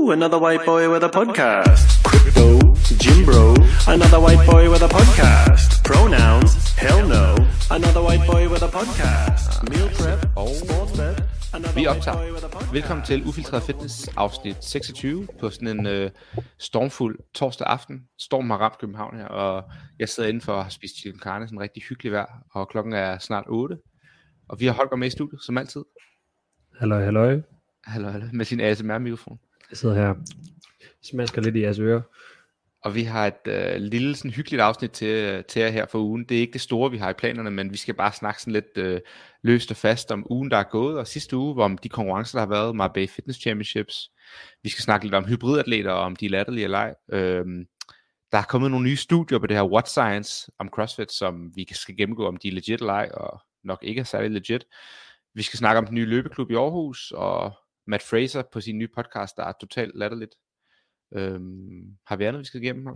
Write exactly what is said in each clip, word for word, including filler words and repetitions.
Ooh, another white boy with a podcast. Crypto, Jim Bro, another white boy with a podcast. Pronouns, hell no, another white boy with a podcast. Meal prep, sports bet, another Vi white optager. boy with a podcast. Velkommen til Ufiltreret Fitness afsnit seksogtyve på sådan en øh, stormfuld torsdag aften. Stormen har ramt København her, og jeg sidder indenfor og har spist chicken carne, sådan rigtig hyggelig vejr, og klokken er snart otte. Og vi har Holger med i studiet, som altid. Halløj, halløj. Hallo, hallo, med sin A S M R-mikrofon. Jeg sidder her, smasker lidt i jeres ører. Og vi har et øh, lille sådan hyggeligt afsnit til, til jer her for ugen. Det er ikke det store, vi har i planerne, men vi skal bare snakke sådan lidt øh, løst og fast om ugen, der er gået. Og sidste uge, om de konkurrencer, der har været, Marbella Fitness Championships. Vi skal snakke lidt om hybridatleter, og om de er latterlige eller ej. Øhm, der er kommet nogle nye studier på det her What Science om CrossFit, som vi skal gennemgå, om de er legit eller ej, og nok ikke er særlig legit. Vi skal snakke om den nye løbeklub i Aarhus, og Matt Fraser på sin nye podcast, der er totalt latterligt. Øhm, har vi andet, vi skal igennem?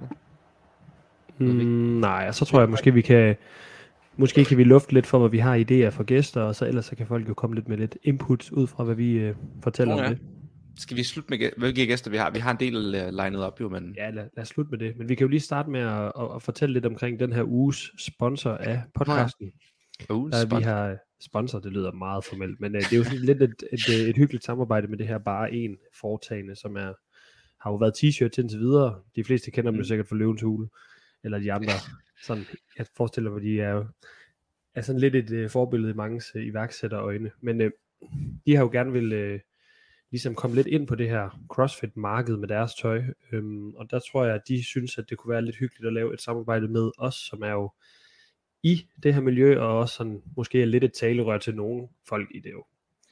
Mm, nej, så tror jeg måske vi kan Måske kan vi lufte lidt for, hvad vi har idéer for gæster, og så ellers så kan folk jo komme lidt med lidt input ud fra, hvad vi øh, fortæller Oh, ja. om det. Skal vi slutte med, gæ- hvilke gæster vi har? Vi har en del uh, legnet op jo, men... Ja, lad, lad os slutte med det. Men vi kan jo lige starte med at, at, at fortælle lidt omkring den her uges sponsor af podcasten. Uh, Der, vi har sponsor, det lyder meget formelt, men øh, det er jo sådan lidt et, et, et, et hyggeligt samarbejde med det her Bare En foretagende, som er, har jo været t-shirts indtil videre. De fleste kender dem jo sikkert fra Løvens Hule, eller de andre. Sådan, jeg forestiller mig, de er jo er sådan lidt et øh, forbillede i mange øh, iværksætterøjne. Men øh, de har jo gerne vil øh, ligesom komme lidt ind på det her CrossFit-marked med deres tøj. Øhm, og der tror jeg, at de synes, at det kunne være lidt hyggeligt at lave et samarbejde med os, som er jo i det her miljø, og også sådan, måske er lidt et talerør til nogle folk i det jo.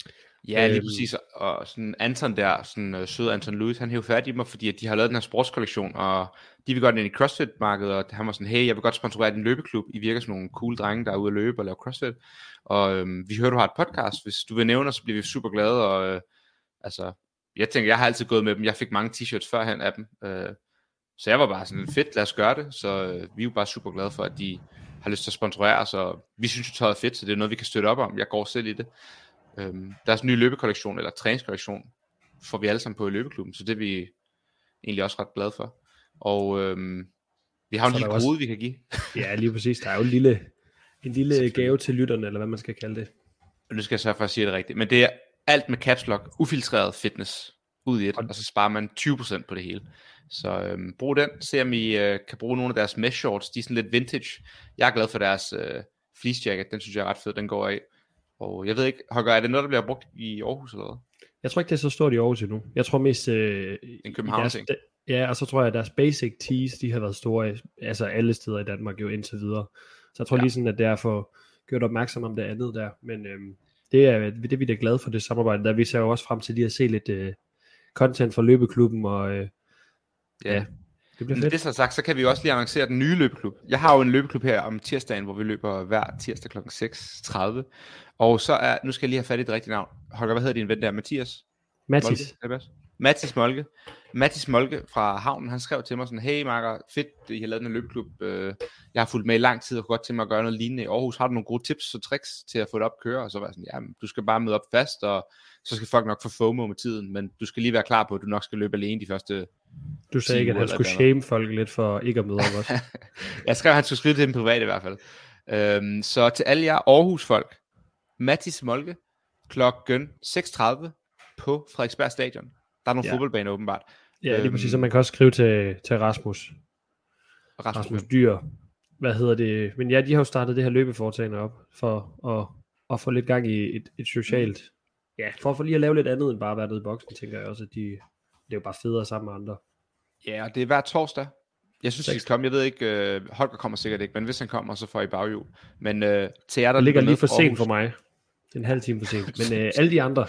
Ja, lige Øhm. præcis. Og sådan Anton der, sådan uh, sød Anton Lewis, han hævde fat i mig, fordi at de har lavet den her sportskollektion, og de vil godt ind i CrossFit-markedet, og han var sådan, hey, jeg vil godt sponsorere din løbeklub. I virker som nogle cool drenge, der er ude at løbe og lave CrossFit. Og øhm, vi hører, du har et podcast. Hvis du vil nævne os, så bliver vi super glade. Og øh, altså, jeg tænker, jeg har altid gået med dem. Jeg fik mange t-shirts førhen af dem. Øh, så jeg var bare sådan, fedt, lad os gøre det. Så øh, vi er jo bare super glade for, at de har lyst til at sponsorere os, og vi synes jo, tøjet er fedt, så det er noget, vi kan støtte op om. Jeg går selv i det. Øhm, deres nye løbekollektion, eller træningskollektion, får vi alle sammen på i løbeklubben, så det er vi egentlig også ret glade for. Og øhm, vi har jo en lille kode, også... vi kan give. Ja, lige præcis. Der er jo en lille, en lille gave til lytterne, eller hvad man skal kalde det. Og nu skal jeg sørge for at sige det rigtigt. Men det er alt med caps lock, ufiltreret fitness, ud i et, og så sparer man tyve procent på det hele. Så øhm, brug den, se om I øh, kan bruge nogle af deres mesh shorts, de er sådan lidt vintage. Jeg er glad for deres øh, fleece jacket, den synes jeg er ret fed, den går af. Og jeg ved ikke, Holger, er det noget, der bliver brugt i Aarhus eller hvad? Jeg tror ikke, det er så stort i Aarhus endnu. Jeg tror mest... Øh, en København-ting. Ja, og så tror jeg, at deres basic tees, de har været store, altså alle steder i Danmark jo indtil videre. Så jeg tror ja. lige sådan, at det er for gjort opmærksom om det andet der. Men øhm, det, er, det er vi da glade for, det samarbejde. Der vi ser jo også frem til lige at se lidt øh, content fra løbeklubben, og øh, ja. ja. Det bliver Men fedt. det så sagt, så kan vi også lige annoncere den nye løbeklub. Jeg har jo en løbeklub her om tirsdagen, hvor vi løber hver tirsdag klokken seks tredive. Og så er, nu skal jeg lige have fat i det rigtige navn. Holger, hvad hedder din ven der? Mathias? Mathis. Molke? Mathis Molke. Mathis Molke fra Havnen, han skrev til mig sådan, hey Marker, fedt, I har lavet den her løbeklub. Jeg har fulgt med i lang tid og kunne godt tænke mig at gøre noget lignende i Aarhus. Har du nogle gode tips og tricks til at få det op at køre? Og så var jeg sådan, ja, du skal bare møde op fast, og så skal folk nok få FOMO med tiden. Men du skal lige være klar på, at du nok skal løbe alene de første... Du sagde ikke, at han skulle shame folk lidt for ikke at møde op også. Jeg skrev, at han skulle skrive til dem privat i hvert fald. Øhm, så til alle jer Aarhus-folk, Mathis Molke, klokken seks tredive på Frederiksberg Stadion. Der er nogle ja. fodboldbaner åbenbart. Ja, lige præcis, så man kan også skrive til, til Rasmus. Rasmus. Rasmus Dyr. Hvad hedder det? Men ja, de har jo startet det her løbeforetagende op, for at, at få lidt gang i et, et socialt... Ja, for, for lige at lave lidt andet end bare at være nede i boksen, tænker jeg også, at de, det er jo bare federe sammen med andre. Ja, og det er hver torsdag. Jeg synes, I skal komme. Jeg ved ikke, uh, Holger kommer sikkert ikke, men hvis han kommer, så får I baghjul. Men uh, til jer, der det ligger lige for Aarhus, sent for mig. Det er en halv time for sent. Men uh, alle de andre,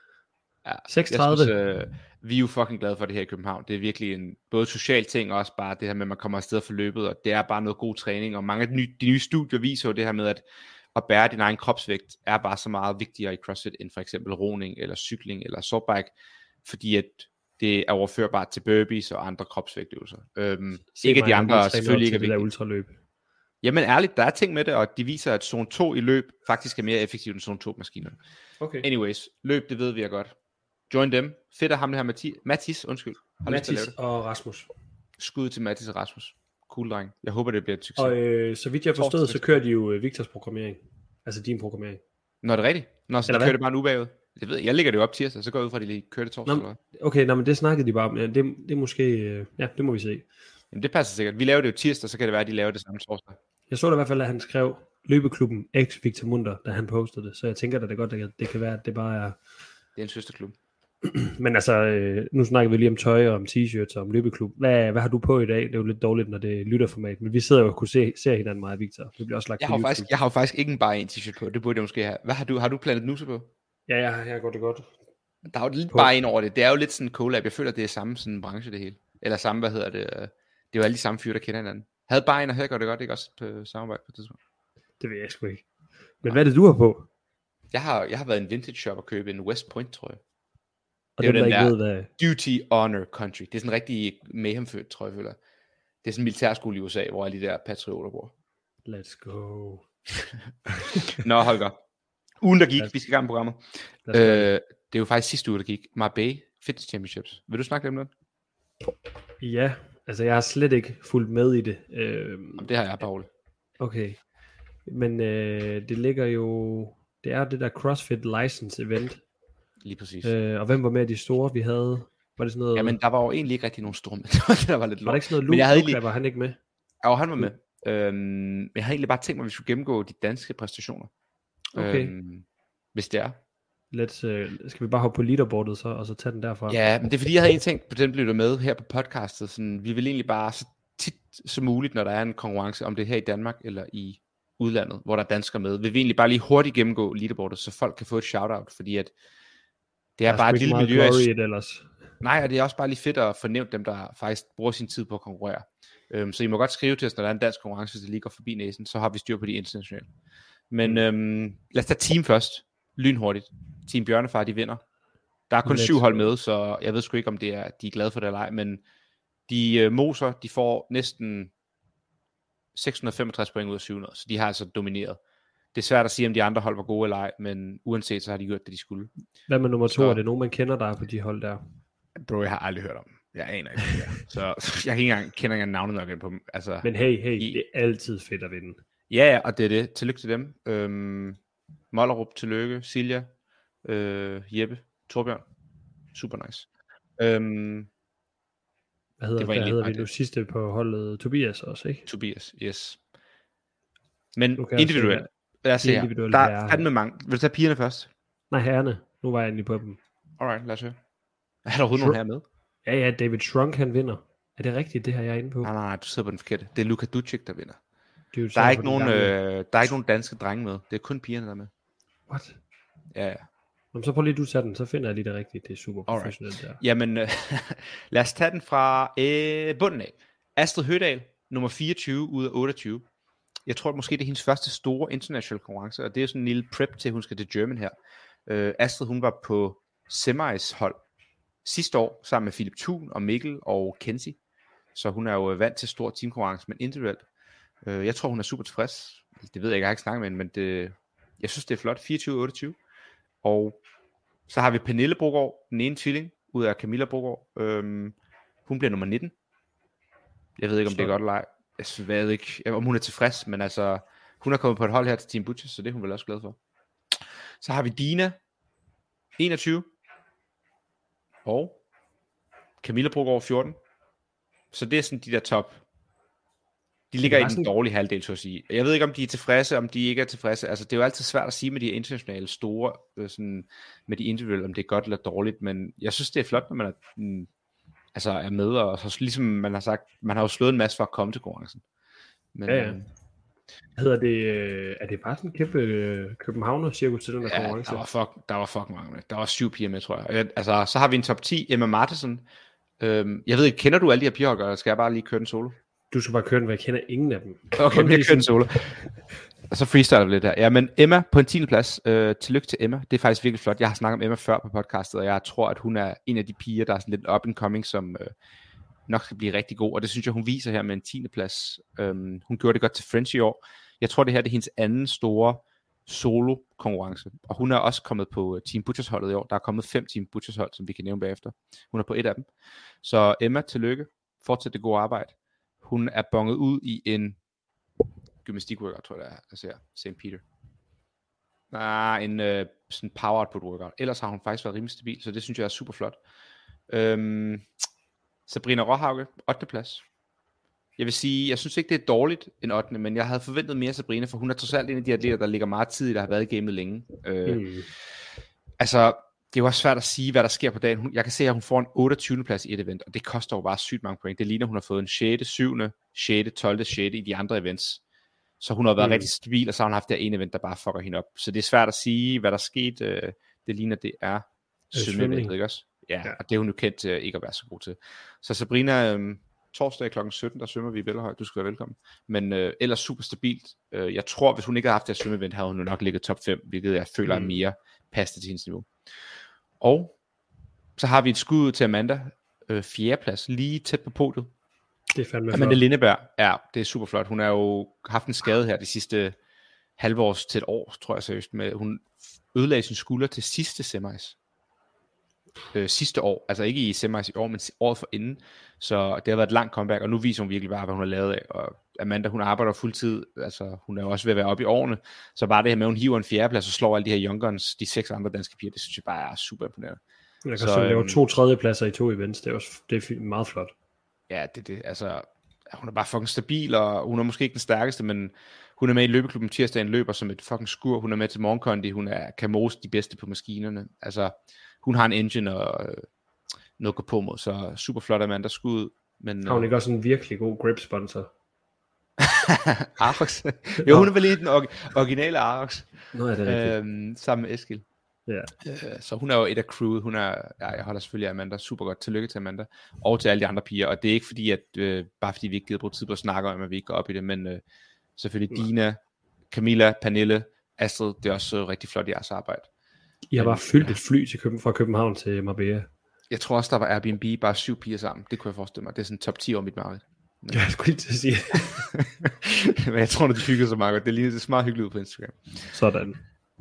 ja, seks tredive. Synes, uh, vi er jo fucking glade for det her i København. Det er virkelig en både social ting, og også bare det her med, at man kommer afsted for løbet, og det er bare noget god træning. Og mange af de nye, de nye studier viser jo det her med, at at bære din egen kropsvægt er bare så meget vigtigere i CrossFit, end for eksempel roning, eller cykling, eller swordbike, fordi at det er overførbart til burpees og andre kropsvægtøvelser. Øhm, ikke de andre selvfølgelig ikke er vigtige. Ultraløb. Jamen ærligt, der er ting med det, og de viser, at zone to i løb faktisk er mere effektivt end zone to maskiner. Okay. Anyways, løb, det ved vi er godt. Join dem. Fedt at ham det her Mathi- Mathis, undskyld. Mathis og Rasmus. Skud til Mathis og Rasmus. Cool dreng. Jeg håber, det bliver et succes. Og øh, så vidt jeg har forstået, så kører de jo øh, Victors programmering. Altså din programmering. Nå, er det rigtigt? Nå, så de kører det bare en uge bagud. Det ved jeg. Jeg lægger det jo op tirsdag, så går jeg ud fra, at de lige kører det torsdag. Nå, okay, nå, men det snakkede de bare om. Ja, det, det er måske... Øh, ja, det må vi se. Jamen, det passer sikkert. Vi laver det jo tirsdag, så kan det være, at de laver det samme torsdag. Jeg så da i hvert fald, at han skrev løbeklubben X Victor Munter, da han postede det. Så jeg tænker, at det godt, at det kan være, at det bare er... Det er en søsterklub. Men altså, øh, nu snakker vi lige om tøj og om t-shirts og om løbeklub. Hvad, hvad har du på i dag? Det er jo lidt dårligt, når det er lytterformat. Men vi sidder jo og kunne se, se hinanden meget, Victor. Det bliver også lagt jeg på har YouTube. Faktisk, jeg har jo faktisk ikke bare en t-shirt på. Det burde jeg måske have. Hvad har du? Har du planet nuse på? Ja, ja, jeg går det godt. Der er jo lidt på. Bare en over det. Det er jo lidt sådan en collab. Jeg føler, det er samme sådan branche, det hele. Eller samme, hvad hedder det? Det er jo alle de samme fyre, der kender hinanden. Havde bare en, og her går det godt, ikke også på samarbejde på det tidspunkt? Det ved jeg sgu ikke. Men hvad er det, du har på? Jeg har, jeg har været i en vintage shop og købe en West Point, tror jeg. Og det er dem, den der der ikke ved, hvad... Duty Honor Country. Det er sådan en rigtig mayhem-født, tror jeg, føler. Det er sådan en militærskole i U S A, hvor alle de der patrioter bor. Let's go. Nå, Holger. Ugen, der gik. Vi skal i gang med programmet. Øh, det er jo faktisk sidste uge, der gik. Marbella Fitness Championships. Vil du snakke lidt om det? Ja, altså jeg har slet ikke fulgt med i det. Øh, det har jeg, Paul. Okay. Men øh, det ligger jo... Det er det der CrossFit License Event. Lige præcis. Øh, og hvem var med af de store, vi havde? Var det sådan noget... Jamen, der var jo egentlig ikke rigtig nogen store, men det var, der var lidt lort. Var der ikke sådan noget Luke, egentlig... var han ikke med? Ja, han var med. Øhm, men jeg havde egentlig bare tænkt mig, at vi skulle gennemgå de danske præstationer. Okay. Øhm, hvis det er. Let's, uh, skal vi bare hoppe på leaderboardet så, og så tage den derfra? Ja, men det er fordi, jeg havde en ting, på den blev du med her på podcastet. Sådan, vi vil egentlig bare så tit som muligt, når der er en konkurrence, om det er her i Danmark eller i udlandet, hvor der er danskere med, vil vi egentlig bare lige hurtigt gennemgå leaderboardet, så folk kan få et shout-out, fordi at det er, er bare et lille miljø. Ellers. Nej, og det er også bare lige fedt at fornævne dem, der faktisk bruger sin tid på at konkurrere. Øhm, så I må godt skrive til os, når der er en dansk konkurrence, der lige går forbi næsen, så har vi styr på de internationale. Men mm. øhm, lad os tage team først. Lynhurtigt. Team Bjørnefar, de vinder. Der er kun syv hold med, så jeg ved sgu ikke, om det er, de er glade for det eller ej, men de øh, moser, de får næsten seks hundrede og femogtres point ud af syv hundrede, så de har altså domineret. Det er svært at sige, om de andre hold var gode eller ej, men uanset, så har de gjort det, de skulle. Hvad med nummer to? Så... Er det nogen, man kender, der er på de hold der? Bro, jeg har aldrig hørt om. Jeg aner ikke, det er. Så jeg kan ikke engang kender ikke navnet nok på dem. Altså, men hey, hey, i... det er altid fedt at vinde. Ja, ja, og det er det. Tillykke til dem. Øhm, Mollerup, tillykke. Silja, øh, Jeppe, Torbjørn. Super nice. Øhm, Hvad hedder, det, hvad hedder vi nu sidste på holdet? Tobias også, ikke? Tobias, yes. Men individuelt. Lad os se her. Der er fandme mange. Vil du tage pigerne først? Nej, herrerne. Nu var jeg endelig på dem. Alright, lad os høre. Er der overhovedet Shrunk. Nogen her med? Ja, ja, David Shrunk, han vinder. Er det rigtigt, det her jeg er inde på? Nej, nej, nej, du sidder på den forkerte. Det er Luka Ducic, der vinder. Der er, ikke nogen, øh, der er ikke nogen danske drenge med. Det er kun pigerne, der er med. What? Ja, ja. Jamen, så prøv lige, du tager den, så finder jeg lige det rigtige. Det er super professionelt der. Jamen, øh, lad os tage den fra øh, bunden af. Astrid Hødal, nummer fireogtyve ud af otteogtyve. Jeg tror at måske, det er hendes første store international konkurrence, og det er sådan en lille prep til, at hun skal til German her. Øh, Astrid, hun var på semis hold sidste år, sammen med Philip Thun og Mikkel og Kenzie. Så hun er jo vant til stor teamkonkurrence, men individuelt. Øh, jeg tror, hun er super tilfreds. Det ved jeg ikke, jeg har ikke snakket med hende, men det, jeg synes, det er flot. fireogtyve otteogtyve. Og så har vi Pernille Brogaard, den ene tvilling, ud af Camilla Brogaard. Øhm, hun bliver nummer nitten. Jeg ved ikke, om så. Det er godt eller ej. Jeg ved ikke, om hun er tilfreds, men altså, hun er kommet på et hold her til Team Butchers, så det er hun vel også glad for. Så har vi Dina, enogtyve. Og Camilla Brogaard, fjorten. Så det er sådan de der top. De ligger i den sådan... dårlige halvdel, så at sige. Jeg ved ikke, om de er tilfredse, om de ikke er tilfredse. Altså, det er jo altid svært at sige med de internationale store, sådan, med de individuelle, om det er godt eller dårligt, men jeg synes, det er flot, når man er, mm, altså, er med, og så, ligesom man har sagt, man har jo slået en masse for at komme til konkurrencen. Men, ja, ja. Hedder det, er det bare sådan en kæmpe Københavner-cirkus til den der ja, konkurrence? Der var, fuck, der var fuck mange med. Der var syv piger med, tror jeg. Altså, så har vi en top ti, Emma Martensen. Øhm, jeg ved ikke, kender du alle de her piger, eller skal jeg bare lige køre den solo? Du skal bare køre den, for jeg kender ingen af dem. Okay, men jeg kører den solo. Og så freestyler vi lidt her. Ja, men Emma på en tiende plads. Øh, tillykke til Emma. Det er faktisk virkelig flot. Jeg har snakket om Emma før på podcastet, og jeg tror, at hun er en af de piger, der er sådan lidt up and coming, som øh, nok skal blive rigtig god. Og det synes jeg, hun viser her med en tiende plads. Øhm, hun gjorde det godt til French i år. Jeg tror, det her det er hendes anden store solo konkurrence. Og hun er også kommet på Team Butchers holdet i år. Der er kommet fem Team Butchers hold, som vi kan nævne bagefter. Hun er på et af dem. Så Emma, tillykke. Fortsæt det gode arbejde. Hun er bonget ud i en gymnastik-workout, tror jeg, jeg ser. Saint Peter. Nej, en uh, sådan power output workout. Ellers har hun faktisk været rimelig stabil, så det synes jeg er super flot. Øhm, Sabrina Råhauge, ottende plads. Jeg vil sige, jeg synes ikke, det er dårligt en ottende, men jeg havde forventet mere Sabrina, for hun er trods alt en af de atleter, der ligger meget tid i, der har været i gamet længe. Øh, mm. Altså, det er jo også svært at sige, hvad der sker på dagen. Jeg kan se, at hun får en otteogtyvende plads i et event, og det koster jo bare sygt mange point. Det ligner, hun har fået en sjette, syvende, sjette, tolvte, sjette i de andre events. Så hun har været mm. rigtig stabil, og så har hun haft det ene event, der bare fucker hende op. Så det er svært at sige, hvad der skete. Det ligner, det er svømning, ikke også? Ja, ja, og det er hun jo kendt til ikke at være så god til. Så Sabrina, øhm, torsdag klokken sytten, der svømmer vi i Bellahøj. Du skal være velkommen. Men øh, ellers super stabilt. Øh, jeg tror, hvis hun ikke havde haft det her svømmeevent, havde hun nok ligget top fem, hvilket jeg føler er mere passende til hendes niveau. Og så har vi et skud til Amanda. Øh, fjerdeplads, lige tæt på podiet. Det er fandme Amanda flot. Lindeberg, ja, det er super flot. Hun har jo haft en skade her de sidste halve års til et år, tror jeg seriøst. Med, hun ødelagde sin skulder til sidste semis. Øh, sidste år, altså ikke i semis i år, men året for inden, så det har været et langt comeback, og nu viser hun virkelig bare, hvad hun har lavet af, og Amanda, hun arbejder fuldtid, altså hun er jo også ved at være oppe i årene, så bare det her med, at hun hiver en fjerdeplads og slår alle de her young guns, de seks andre danske piger, det synes jeg bare er super imponerende. Jeg kan så lave to tredjepladser i to events, det er også det er meget flot. Ja, det det, altså, hun er bare fucking stabil, og hun er måske ikke den stærkeste, men hun er med i løbeklubben tirsdagen, løber som et fucking skur, hun er med til morgenkondi, hun er kan mose de bedste på maskinerne, altså hun har en engine og øh, noget at gå på mod, så super flot Amanda skud. Men, har hun ikke også en virkelig god grip sponsor? Arox. Jo, hun er vel den or- originale Arox. Nå, er det rigtigt. Øhm, sammen med Eskil. Ja. Øh, så hun er jo et af crewet. Hun er, ja, jeg holder selvfølgelig af Amanda. Super godt. Tillykke til Amanda. Og til alle de andre piger. Og det er ikke fordi, at øh, bare fordi vi ikke gider bruge tid på at snakke om, at vi ikke går op i det, men øh, selvfølgelig ja. Dina, Camilla, Pernille, Astrid, det er også øh, rigtig flot i jeres arbejde. I har bare fyldt et fly til Køben, fra København til Marbella. Jeg tror også, der var Airbnb, bare syv piger sammen. Det kunne jeg forestille mig. Det er sådan top ti over mit marked. Men... Jeg skulle lige til at sige. Men jeg tror, at de hygger så meget godt. Det ligner det meget hyggeligt ud på Instagram. Sådan.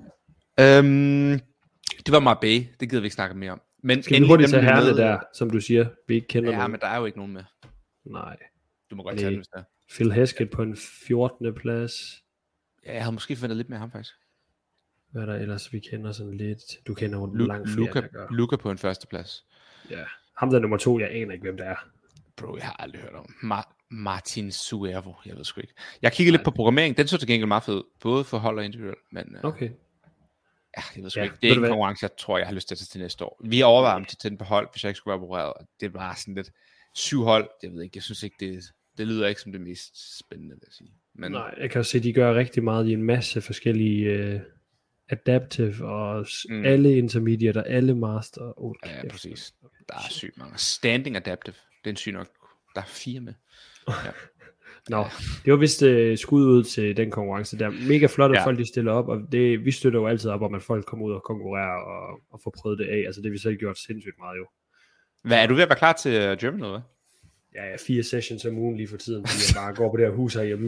Øhm, det var Marbella. Det gider vi ikke snakke mere om. Men skal vi hurtigt tage herrene der, som du siger, vi ikke kender ja, nogen? Men der er jo ikke nogen med. Nej. Du må godt tage den, hvis der. Phil Hesketh på en fjortende plads. Ja, jeg havde måske forventet lidt mere ham faktisk. Hvad er der ellers, vi kender sådan lidt? Du kender jo Lu- langt flere, Luca, der gør. Luca på en første plads. Ja, ham der nummer to, jeg aner ikke, hvem det er. Bro, jeg har aldrig hørt om. Ma- Martin Suervo, jeg ved sgu ikke. Jeg kiggede lidt på programmering, den så til gengæld meget fed. Både for hold og individuelt, men... Uh, okay. Ja, jeg ved sgu ja, ikke. Det er ikke en konkurrence, jeg tror, jeg har lyst til at tage til næste år. Vi overvejer om til den på hold, hvis jeg ikke skulle være opereret. Det var sådan lidt syv hold. Jeg ved ikke, jeg synes ikke, det, det lyder ikke som det mest spændende, vil jeg sige. Men... Nej, jeg kan jo se, at de gør rigtig meget i en masse forskellige... Uh... adaptive og mm. alle intermediate og alle master. Oh, ja, ja, præcis. Der er sygt mange. Standing adaptive, det er en syg nok. Der er fire med. Ja. Nå, ja. Det var vist uh, skud ud til den konkurrence der. Mega flot, at ja. folk de stiller op, og det, vi støtter jo altid op om, at folk kommer ud og konkurrerer og, og får prøvet det af. Altså det vi selv gjort sindssygt meget jo. Hvad, er du ved at være klar til uh, German eller hvad? Ja, ja, fire sessions om ugen lige for tiden, fordi jeg bare går på det her hus herhjemme.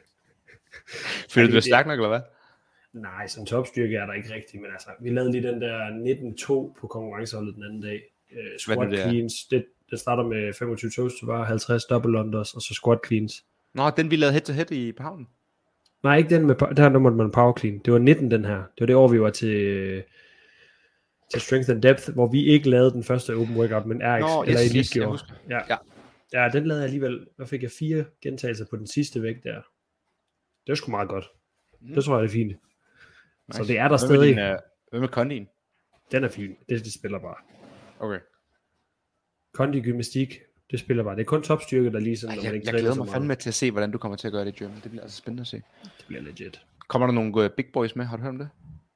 Føler du dig stærk nok, eller hvad? Nej, som topstyrke er der ikke rigtigt, men altså, vi lavede lige den der nitten to på konkurrenceholdet den anden dag. Uh, squat det cleans, det, det starter med femogtyve toes to bar, halvtreds double unders, og så squat cleans. Nå, den vi lavede head to head i havnen? Nej, ikke den med, der nummer man power clean. Det var nitten den her. Det var det år, vi var til, til strength and depth, hvor vi ikke lavede den første open workout, men R X Nå, eller yes, Elite yes, gjorde. Ja. Ja. ja, den lavede jeg alligevel. Der fik jeg fire gentagelser på den sidste vægt der. Det var sgu meget godt. Mm. Det tror jeg er fint. Nice. Så det er der hvad stadig. Med din, uh, hvad med kondien? Den er fin. Det, det spiller bare. Okay. Kondi gymnastik, det spiller bare. Det er kun topstyrke, der lige sådan... Ej, jeg, jeg, jeg glæder mig fandme til at se, hvordan du kommer til at gøre det i German. Det bliver altså spændende at se. Det bliver legit. Kommer der nogle uh, big boys med? Har du hørt om det?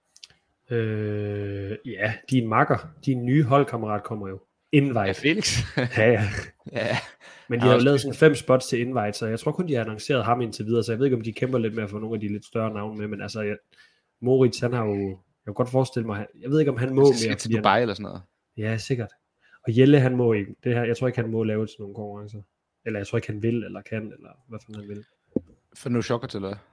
Øh, ja, din makker, din nye holdkammerat kommer jo. Invite. Ja, Felix. ja, ja. ja. Men de har jo lavet sådan fem spots til invite, så jeg tror kun, de har annonceret ham indtil videre, så jeg ved ikke, om de kæmper lidt med at få nogle af de lidt større navne med, men altså, jeg, Moritz, han har jo, jeg kan godt forestille mig, jeg ved ikke, om han må mere. Skal til Dubai han, eller sådan noget? Ja, sikkert. Og Jelle, han må ikke, det her, jeg tror ikke, han må lave til nogle konkurrencer. Eller jeg tror ikke, han vil, eller kan, eller hvad for han vil. For nu chokker til, eller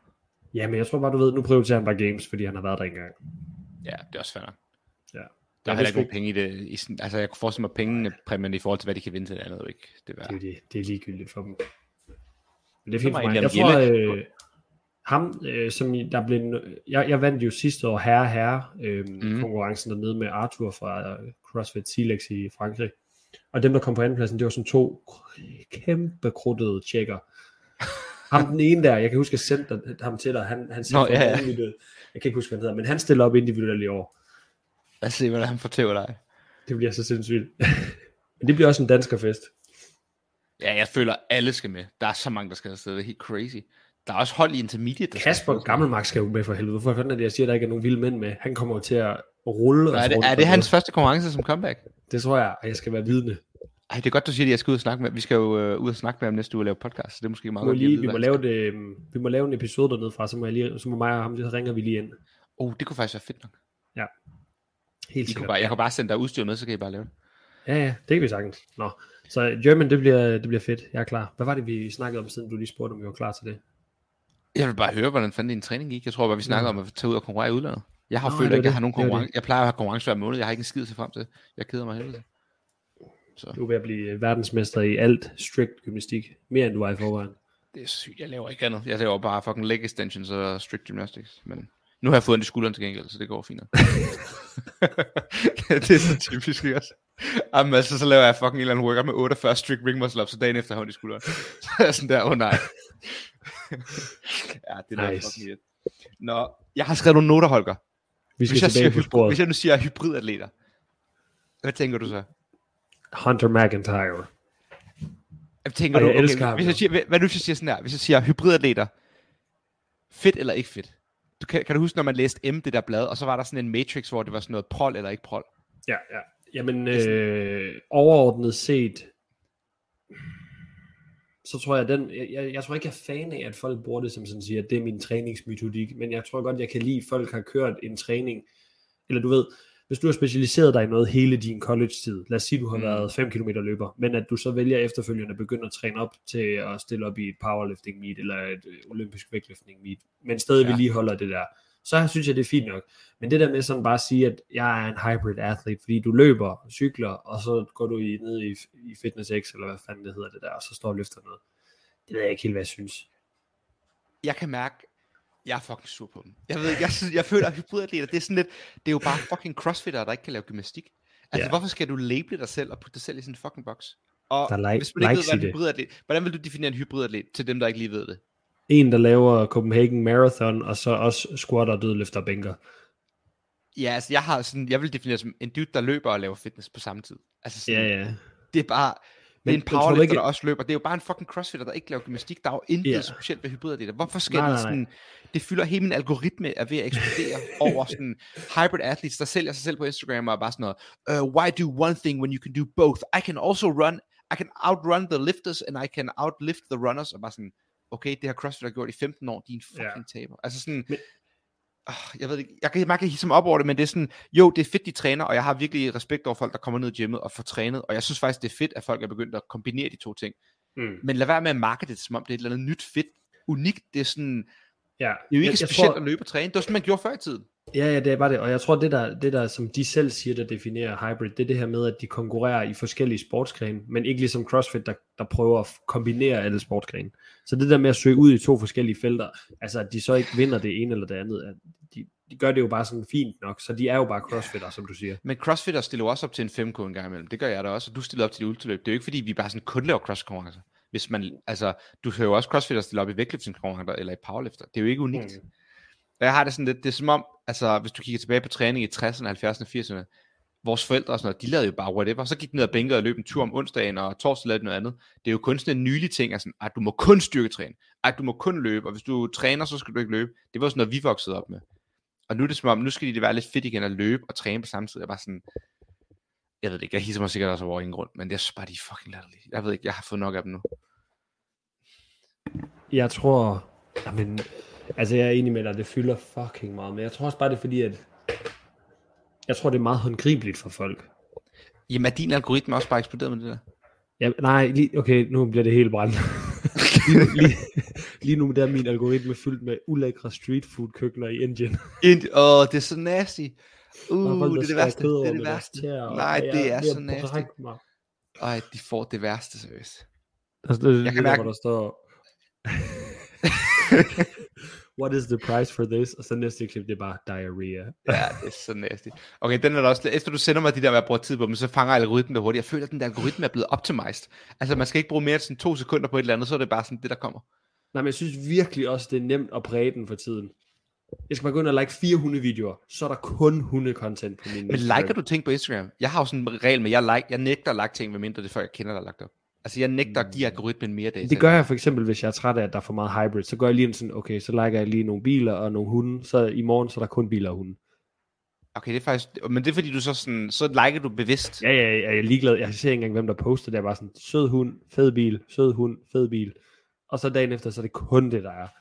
Ja, men jeg tror bare, du ved, nu prioriterer han bare games, fordi han har været der engang. Ja, det er også fair nok. Ja. Der er heller ikke nogen penge i det. I sådan, altså, jeg kunne forestille mig pengene præmien i forhold til, hvad de kan vinde til det andet. Ikke? Det, det, er det, det er ligegyldigt for dem. Men det er Så fint for mig mig. Jeg Liam tror, Gille. øh, ham, øh, som I- der blev, jeg, jeg vandt jo sidste år herre herre øh, Mhm. konkurrencen dernede med Arthur fra øh, CrossFit Silex i Frankrig. Og dem, der kom på andenpladsen, det var sådan to kæmpe kruttede tjekker. Ham den ene der, jeg kan huske, at jeg sendte ham til dig, han, han Nå, ja, ja. vanvittigt. Jeg kan ikke huske, hvad han hedder, men han stiller op individuelt i år. Lad os se, hvordan han fortæller dig. Det bliver så sindssygt. Men det bliver også en danskerfest. Ja, jeg føler, alle skal med. Der er så mange, der skal afsted. Det er helt crazy. Der er også hold i intermediate. Der Kasper skal Gammelmark skal jo med for helvede. Hvorfor fanden er det, jeg siger, at der ikke er nogen vilde mænd med? Han kommer jo til at rulle Nå, os er det, rundt er på det hans noget. første konkurrence som comeback? Det tror jeg, og jeg skal være vidne. Ej, det er godt, du siger, at jeg skal ud og snakke med. Vi skal jo øh, ud og snakke med ham næste uge og lave podcast, så det er måske meget Vi må, godt lige, lige vi, at må vide, hvad lave det, øhm, vi må lave en episode dernede fra, så må, jeg lige, så må mig og ham, så ringer vi lige ind. Oh, det kunne faktisk være fedt nok. Helt I kunne sikkert. bare, jeg kan bare sende dig udstyr med, så kan I bare lave det. Ja, ja, det kan vi sagtens. Nå. Så German, det bliver, det bliver fedt. Jeg er klar. Hvad var det, vi snakkede om, siden du lige spurgte, om vi var klar til det? Jeg vil bare høre, hvordan fanden din træning gik. Jeg tror bare, vi snakker om at tage ud og konkurrere i udlandet. Jeg har Nå, følt det var ikke, jeg det. har nogen Det var det. konkurrence. Jeg plejer at have konkurrence hver måned. Jeg har ikke en skid til frem til. Jeg keder mig helvede. Så Du er ved at blive verdensmester i alt strict gymnastik. Mere end du er i forvejen. det er sygt. Jeg laver ikke andet. Jeg laver bare fucking leg extensions og strict gymnastics. Men nu har jeg fået ondt i skulderen til gengæld, så det går fint. Det er så typisk, ikke også? Jamen altså, så laver jeg fucking en eller anden workout med otteogfyrre strict ring muscle ups, så dagen efter har jeg ondt i skulderen. Så er jeg sådan der, åh oh, nej. Ja, det er Nice. fucking it. Nå, jeg har skrevet nogle noter, Holger. Vi skal Hvis jeg, siger, tilbage på hybrid, sporet. hvis jeg nu siger hybridatleter, hvad tænker du så? Hunter McIntyre. Jeg tænker Og du, jeg elsker okay, ham, hvis jo. jeg siger, hvad, hvad nu hvis jeg siger sådan her, hvis jeg siger hybridatleter, fedt eller ikke fedt? Du kan, kan du huske, når man læste M, det der blad, og så var der sådan en matrix, hvor det var sådan noget prol eller ikke prol? Ja, ja. Jamen, øh, overordnet set, så tror jeg, den, jeg, jeg, jeg tror ikke, jeg er fan af, at folk bruger det som sådan siger, at det er min træningsmetodik, men jeg tror godt, jeg kan lide, at folk har kørt en træning, eller du ved, hvis du har specialiseret dig i noget hele din college-tid, lad os sige, du har Mm. mm. været fem kilometer løber, men at du så vælger efterfølgende at begynde at træne op til at stille op i et powerlifting meet, eller et øh, olympisk vægtløftning meet, men stadig Ja. vedligeholder det der, så synes jeg, det er fint nok. Men det der med sådan bare at sige, at jeg er en hybrid athlete, fordi du løber, cykler, og så går du i, ned i, i Fitness X, eller hvad fanden det hedder det der, og så står og løfter noget. Det ved jeg ikke helt, hvad jeg synes. Jeg kan mærke, jeg er fucking sur på dem. Jeg ved, jeg, synes, jeg føler, at hybridatleter, det er sådan lidt, det er jo bare fucking crossfitter, der ikke kan lave gymnastik. Altså, Ja. hvorfor skal du label dig selv og putte dig selv i sådan en fucking boks? Og Der er li- hvis man ikke likes ved, hvad i en det. hybridatlet, hvordan vil du definere en hybridatlet til dem, der ikke lige ved det? En, der laver Copenhagen Marathon, og så også squatter, dødløfter og bænker. Ja, altså, jeg har sådan, jeg vil definere som en dude, der løber og laver fitness på samme tid. Altså sådan, ja. det er bare, det Men- er en men tror du powerlifter, ikke- der også løber. Det er jo bare en fucking crossfitter, der ikke laver gymnastik. Der er jo intet Ja. specielt ved hybridatleter. Hvorfor skal Nej, de nej, nej. sådan, det fylder hele min algoritme er ved at eksplodere over sådan hybrid athletes, der sælger sig selv på Instagram og er bare sådan noget, uh, why do one thing when you can do both? I can also run, I can outrun the lifters, and I can outlift the runners. Og bare sådan, okay, det har CrossFit gjort i femten år, de er en fucking Ja. taber. Altså sådan, Men- øh, jeg ved ikke, jeg kan, man kan hisse mig op over det, men det er sådan, jo, det er fedt, de træner, og jeg har virkelig respekt over folk, der kommer ned i gymmet og får trænet, og jeg synes faktisk, det er fedt, at folk er begyndt at kombinere de to ting. Mm. Men lad være med at markete det, som om det er et eller andet nyt, fedt, unikt. Det er sådan, Ja. det er jo ikke jeg, jeg specielt tror, at løbe og træne. Det var sådan, man gjorde før i tiden. Ja, ja, det er bare det. Og jeg tror, det der, det der, som de selv siger, der definerer hybrid, det er det her med, at de konkurrerer i forskellige sportsgrene, men ikke ligesom CrossFit, der, der prøver at kombinere alle sportsgrene. Så det der med at søge ud i to forskellige felter, altså at de så ikke vinder det ene eller det andet, at de, de gør det jo bare sådan fint nok, så de er jo bare crossfitter, som du siger. Men crossfitter stiller jo også op til en fem K en gang imellem. Det gør jeg da også, og du stiller op til de ultraløb. Det er jo ikke fordi, vi bare sådan kun laver crosskonkurrencer. Hvis man, altså, du hører jo også crossfitter stille op i vægtløftningskonkurrencer eller i powerlifter. Det er jo ikke unikt. Mm. Og jeg har det sådan lidt, det er som om, altså, hvis du kigger tilbage på træning i tresserne, halvfjerdserne, firserne, vores forældre og sådan noget, de lavede jo bare whatever. Så gik de ned og bænkede og løb en tur om onsdagen, og torsdag lavede de noget andet. Det er jo kun sådan en nylig ting, altså, at du må kun styrketræne, at du må kun løbe, og hvis du træner, så skal du ikke løbe. Det var sådan noget, vi voksede op med. Og nu er det som om, nu skal de være lidt fedt igen at løbe og træne på samme tid. Jeg er bare sådan, jeg ved det ikke, jeg hisser mig sikkert også over ingen grund, men det er så bare, de er fucking latterlige. Jeg ved ikke, jeg har fået nok af dem nu. Jeg tror, jamen, altså jeg er enig med dig, det fylder fucking meget, men jeg tror også bare, det er fordi, at jeg tror, det er meget håndgribeligt for folk. Jamen er din algoritme også bare eksploderet med det der? Ja, nej, lige, okay, nu bliver det helt brændt. lige, nu, lige, lige nu der er min algoritme fyldt med ulækre street food køkkener i Indien. Ind- Åh, oh, det er så nasty. Uh, folk, det er det værste. Det er det deres værste. tæer, og Nej, jeg det er ved at så nasty. brække mig. Ej, de får det værste, seriøst. Altså, det er Jeg det kan der, mærke- hvor der står... What is the price for this? Og så næste klip, det er bare diarrhea. Ja, det er så nasty. Okay, den er da også... Efter du sender mig de der, hvad jeg bruger tid på dem, så fanger algoritmen det hurtigt. Jeg føler, at den der algoritme er blevet optimized. Altså, man skal ikke bruge mere end sådan to sekunder på et eller andet, så er det bare sådan det, der kommer. Nej, men jeg synes virkelig også, det er nemt at præge den for tiden. Jeg skal bare gå ind og like fire hundevideoer, så er der kun hundecontent på min Men liker du ting på Instagram? Jeg har jo sådan en regel med, jeg, like, jeg nægter at like ting, medmindre det er før jeg kender, der er lagt op. Altså, jeg nægter at give algoritmen mere data. Det gør jeg for eksempel, hvis jeg er træt af, at der er for meget hybrid. Så gør jeg lige en sådan, okay, så liker jeg lige nogle biler og nogle hunde. Så i morgen, så er der kun biler og hunde. Okay, det er faktisk... Men det er fordi, du så sådan... Så liker du bevidst. Ja, ja, ja, jeg er ligeglad. Jeg ser ikke engang, hvem der poster. Det er bare sådan, sød hund, fed bil, sød hund, fed bil. Og så dagen efter, så er det kun det, der er.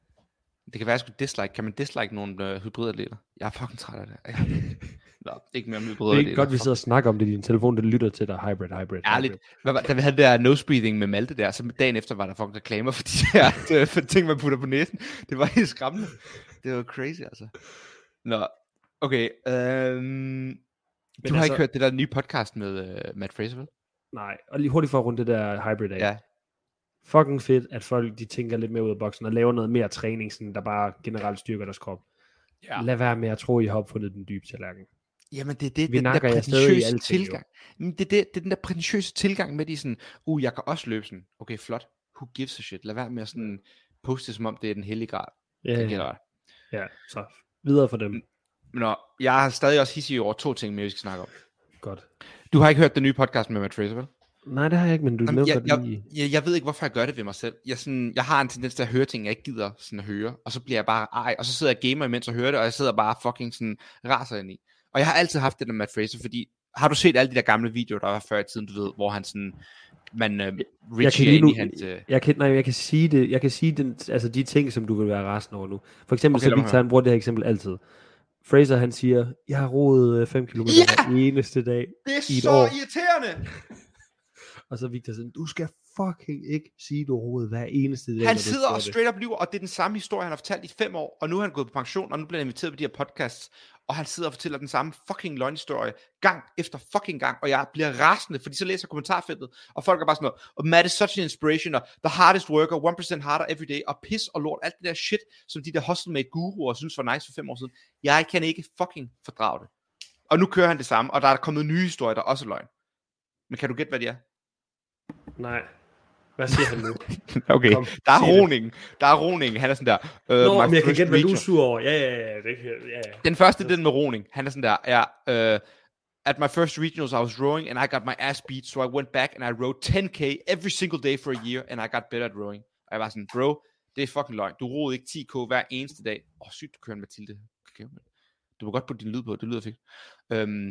Det kan være, at jeg skulle dislike. Kan man dislike nogle øh, hybridatleter? Jeg er fucking træt af det. Jeg... Nå, ikke mere om Det er hybridatleter. ikke godt, vi sidder og snakker om det i din telefon, der lytter til dig. Hybrid, hybrid, Ærligt. hybrid. Hvad var- Da vi havde det der nose breathing med Malte der, så dagen efter var der fucking reklamer for de der øh, for ting, man putter på næsen. Det var helt skræmmende. Det var crazy, altså. Nå, okay. Øhm... Du har altså- ikke hørt det der nye podcast med øh, Matt Fraser, vel? Nej, og lige hurtigt for at runde det der hybrid af. Ja. Fucking fedt, at folk de tænker lidt mere ud af boksen og laver noget mere træning, sådan, der bare generelt styrker deres krop. Ja. Lad være med at tro, I har opfundet den dybe tallerken. Jamen det er det, Vi den der nakker jer stadig i prætentiøse alting, jo. tilgang. Men det er, det, det er den der prætentiøse tilgang med de sådan, uh, jeg kan også løbe sådan. Okay, flot. Who gives a shit? Lad være med at sådan poste, som om det er den hellige grad. Ja, Det ja, gælder dig. ja, så videre for dem. Men nå, jeg har stadig også hissig over to ting, mere vi skal snakke om. Godt. Du har ikke hørt den nye podcast med Matt Fraser, vel? Nej, det har jeg ikke, men du Jamen, nævnte jeg, det jeg, lige. jeg, jeg ved ikke, hvorfor jeg gør det ved mig selv. Jeg, sådan, jeg har en tendens til at høre ting, jeg ikke gider sådan at høre. Og så bliver jeg bare ej, og så sidder jeg og gamer imens og hører det, og jeg sidder bare fucking sådan raser ind i. Og jeg har altid haft det der med Matt Fraser, fordi har du set alle de der gamle videoer, der var før i tiden, du ved, hvor han sådan, man uh, Jeg kan Richie lige ind nu, i hans... Uh... jeg kan, nej, jeg kan sige det, jeg kan sige den, altså de ting, som du vil være rasende over nu. For eksempel, Okay, okay, lad så mig Victor, han bruger det her eksempel altid. Fraser, han siger, jeg har roet fem kilometer Ja! hver eneste dag. Det er i et så år. irriterende! Og så Victor sådan, du skal fucking ikke sige, du har roet hver eneste dag. Han når du sidder gør og det." straight up lyver, og det er den samme historie, han har fortalt i fem år, og nu er han gået på pension, og nu bliver han inviteret på de her podcasts, og han sidder og fortæller den samme fucking løgnhistorie, gang efter fucking gang, og jeg bliver rasende, fordi så læser jeg kommentarfeltet, og folk er bare sådan noget, og Matt is such an inspiration, og the hardest worker, one percent harder every day, og pis og lort, alt det der shit, som de der hustle-made guruer synes var nice for fem år siden. Jeg kan ikke fucking fordrage det. Og nu kører han det samme, og der er kommet nye historier, der også er løgn. Men kan du gætte, hvad de er? Nej. Hvad siger han nu? Okay, Kom, der er sig det. roningen. Der er roningen. Han er sådan der. Uh, Nå, my men jeg kan first gætte, hvad du er reach- sur over. Ja, ja, ja. Det kan, ja, ja. Den første, den med roning. Han er sådan der. Ja, uh, at my first regionals, I was rowing, and I got my ass beat, so I went back and I rowed ten K every single day for a year, and I got better at rowing. Og jeg var sådan, bro, det er fucking løgn. Du roede ikke ti K hver eneste dag. Åh, oh, sygt, du kører en Mathilde. Okay, du må godt putte din lyd på, det lyder fedt. Um,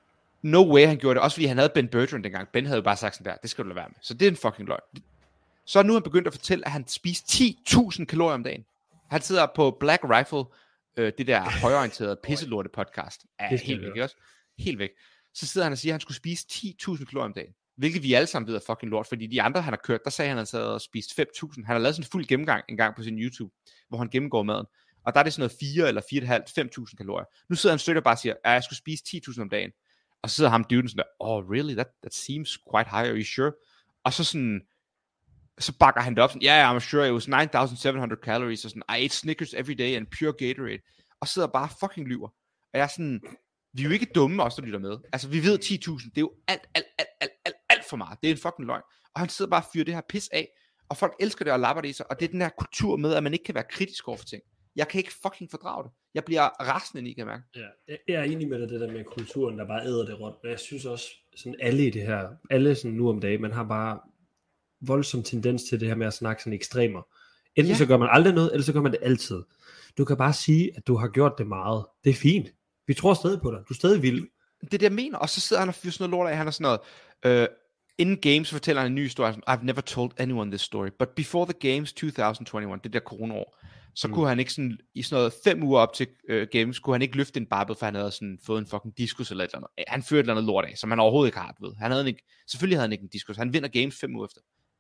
no way, han gjorde det. Også fordi han havde Ben Bertrand dengang. Ben havde jo bare sagt sådan der, det skal du lade være med. Så det er en fucking løgn. Så nu er han begyndt at fortælle, at han spiser ti tusind kalorier om dagen. Han sidder på Black Rifle, øh, det der højorienterede pisselorte podcast. Er Det skal helt jeg væk, ikke også? Helt væk. Så sidder han og siger, at han skulle spise ti tusind kalorier om dagen. Hvilket vi alle sammen ved er fucking lort, fordi de andre, han har kørt, der sagde han, at han sad og spist fem tusind. Han har lavet sådan en fuld gennemgang en gang på sin YouTube, hvor han gennemgår maden. Og der er det sådan noget fire eller fire komma fem, fem tusind kalorier. Nu sidder han støtter bare og siger, at jeg skulle spise ti tusind om dagen. Og så sidder ham dyden sådan der, oh really, that, that seems quite high, are you sure? Og så sådan, så bakker han det op sådan, ja, yeah, I'm sure it was nine thousand seven hundred calories, og sådan, I ate Snickers every day and pure Gatorade, og sidder bare fucking lyver. Og jeg er sådan, vi er jo ikke dumme, os der lytter med. Altså, vi ved ti tusind, det er jo alt, alt, alt, alt, alt, alt for meget. Det er en fucking løgn. Og han sidder bare og fyrer det her pis af, og folk elsker det og lapper det i sig, og det er den her kultur med, at man ikke kan være kritisk over for ting. Jeg kan ikke fucking fordrage det. Jeg bliver rasende, kan jeg mærke. Ja, jeg- jeg er enig med dig, det der med kulturen, der bare æder det rundt. Men jeg synes også, sådan alle i det her, alle sådan nu om dagen, man har bare voldsom tendens til det her med at snakke sådan ekstremer. Enten Ja. så gør man aldrig noget, eller så gør man det altid. Du kan bare sige, at du har gjort det meget. Det er fint. Vi tror stadig på dig. Du er stadig vild. Det er det, jeg mener. Og så sidder han og fyrer sådan noget lort af. Han er sådan noget, øh, inden games fortæller han en ny historie. Sådan, I've never told anyone this story, but before the games tyve enogtyve, det der corona-år, så mm. kunne han ikke sådan, i sådan noget fem uger op til øh, games, kunne han ikke løfte en barbell, for han havde sådan fået en fucking diskus eller et eller andet. Han førte et eller andet lort af, som han overhovedet ikke har, ved. Han havde ikke, selvfølgelig havde han ikke en diskus. Han vinder games fem uger efter.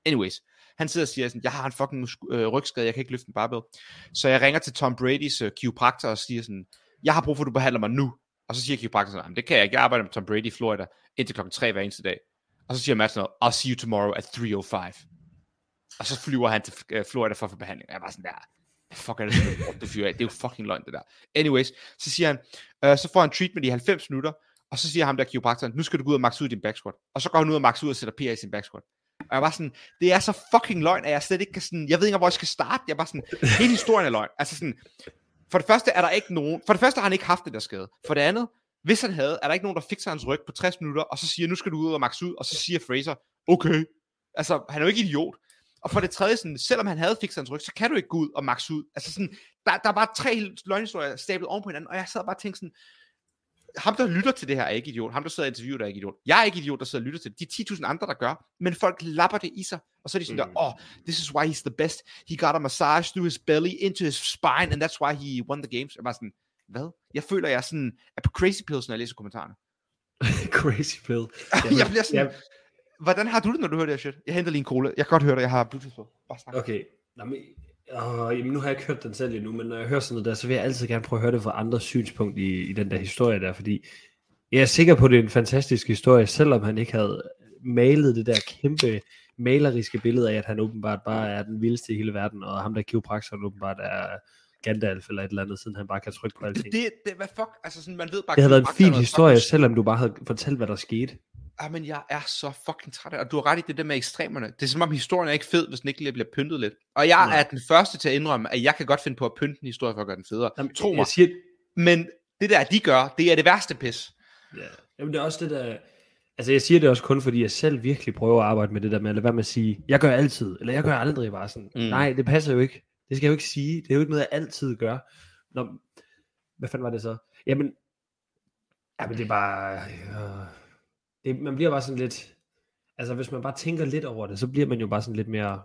Anyways, han sidder og siger sådan, jeg har en fucking øh, rygskade, jeg kan ikke løfte en barbell. Så jeg ringer til Tom Brady's øh, kiropraktor og siger sådan, jeg har brug for, at du behandler mig nu. Og så siger kiropraktoren sådan, det kan jeg ikke, jeg arbejder med Tom Brady i Florida, indtil klokken tre hver eneste dag. Og så siger Matt sådan noget, I'll see you tomorrow at three oh five. Og så flyver han til øh, Florida for at få behandling. Og jeg var sådan der, fuck er det sådan, det fyrer af, det er jo fucking løgn det der. Anyways, så siger han, øh, så får han treatment i halvfems minutter, og så siger ham der kiropraktoren, nu skal du gå ud og max ud i din back squat. Og så går han ud og max ud og sætter P R i sin back squat. Og jeg var sådan, det er så fucking løgn, at jeg slet ikke kan sådan, jeg ved ikke, hvor jeg skal starte. Jeg var sådan, hele historien er løgn. Altså sådan, for det første er der ikke nogen, for det første har han ikke haft det der skade. For det andet, hvis han havde, er der ikke nogen, der fikser hans ryg på tres minutter, og så siger, nu skal du ud og max ud, og så siger Fraser, okay. Altså, han er jo ikke idiot. Og for det tredje, sådan, selvom han havde fikset hans ryg, så kan du ikke gå ud og max ud. Altså sådan, der, der er bare tre løgnhistorier stablet oven på hinanden, og jeg sad bare og tænkte sådan, ham der lytter til det her er ikke idiot, ham der sidder og interviewer der er ikke idiot. Jeg er ikke idiot, der sidder og lytter til det. De ti tusind andre, der gør, men folk lapper det i sig, og så er de sådan mm. der, oh, this is why he's the best. He got a massage through his belly, into his spine, and that's why he won the games. Jeg var sådan, hvad? Jeg føler, jeg sådan, er på crazy pills, når jeg læser kommentarerne. Crazy pill. jeg bliver sådan, jeg... hvordan har du det, når du hører det her shit? Jeg henter lige en cola. Jeg kan godt høre det, jeg har Bluetooth på. Bare snak. Okay. Nå, men, øh, jamen, nu har jeg ikke hørt den selv endnu, men når jeg hører sådan noget der, så vil jeg altid gerne prøve at høre det fra andres synspunkt i, i den der historie der, fordi jeg er sikker på, at det er en fantastisk historie, selvom han ikke havde malet det der kæmpe maleriske billede af, at han åbenbart bare er den vildeste i hele verden, og ham der kiropraktoren åbenbart er Gandalf eller et eller andet, siden han bare kan trykke på alting. Det, det, hvad fuck? Altså sådan, man ved bare... Det havde været en fin historie, fucking... selvom du bare havde fortalt, hvad der skete. Ah, men jeg er så fucking træt af, og du har ret i det der med ekstremerne. Det er som om historien er ikke fed, hvis den ikke lige bliver pyntet lidt. Og jeg Nej. er den første til at indrømme, at jeg kan godt finde på at pynte en historie for at gøre den federe. Jamen, Tro mig. Siger... Men det der, de gør, det er det værste pis. Ja, jamen det er også det der... Altså jeg siger det også kun, fordi jeg selv virkelig prøver at arbejde med det der med, at lade være med at sige, jeg gør altid, eller jeg gør aldrig bare sådan. Mm. Nej, det passer jo ikke. Det skal jeg jo ikke sige. Det er jo ikke noget, jeg altid gør. Nå, hvad fanden var det så? Jamen, jamen det er bare... Øh, det, man bliver bare sådan lidt... Altså hvis man bare tænker lidt over det, så bliver man jo bare sådan lidt mere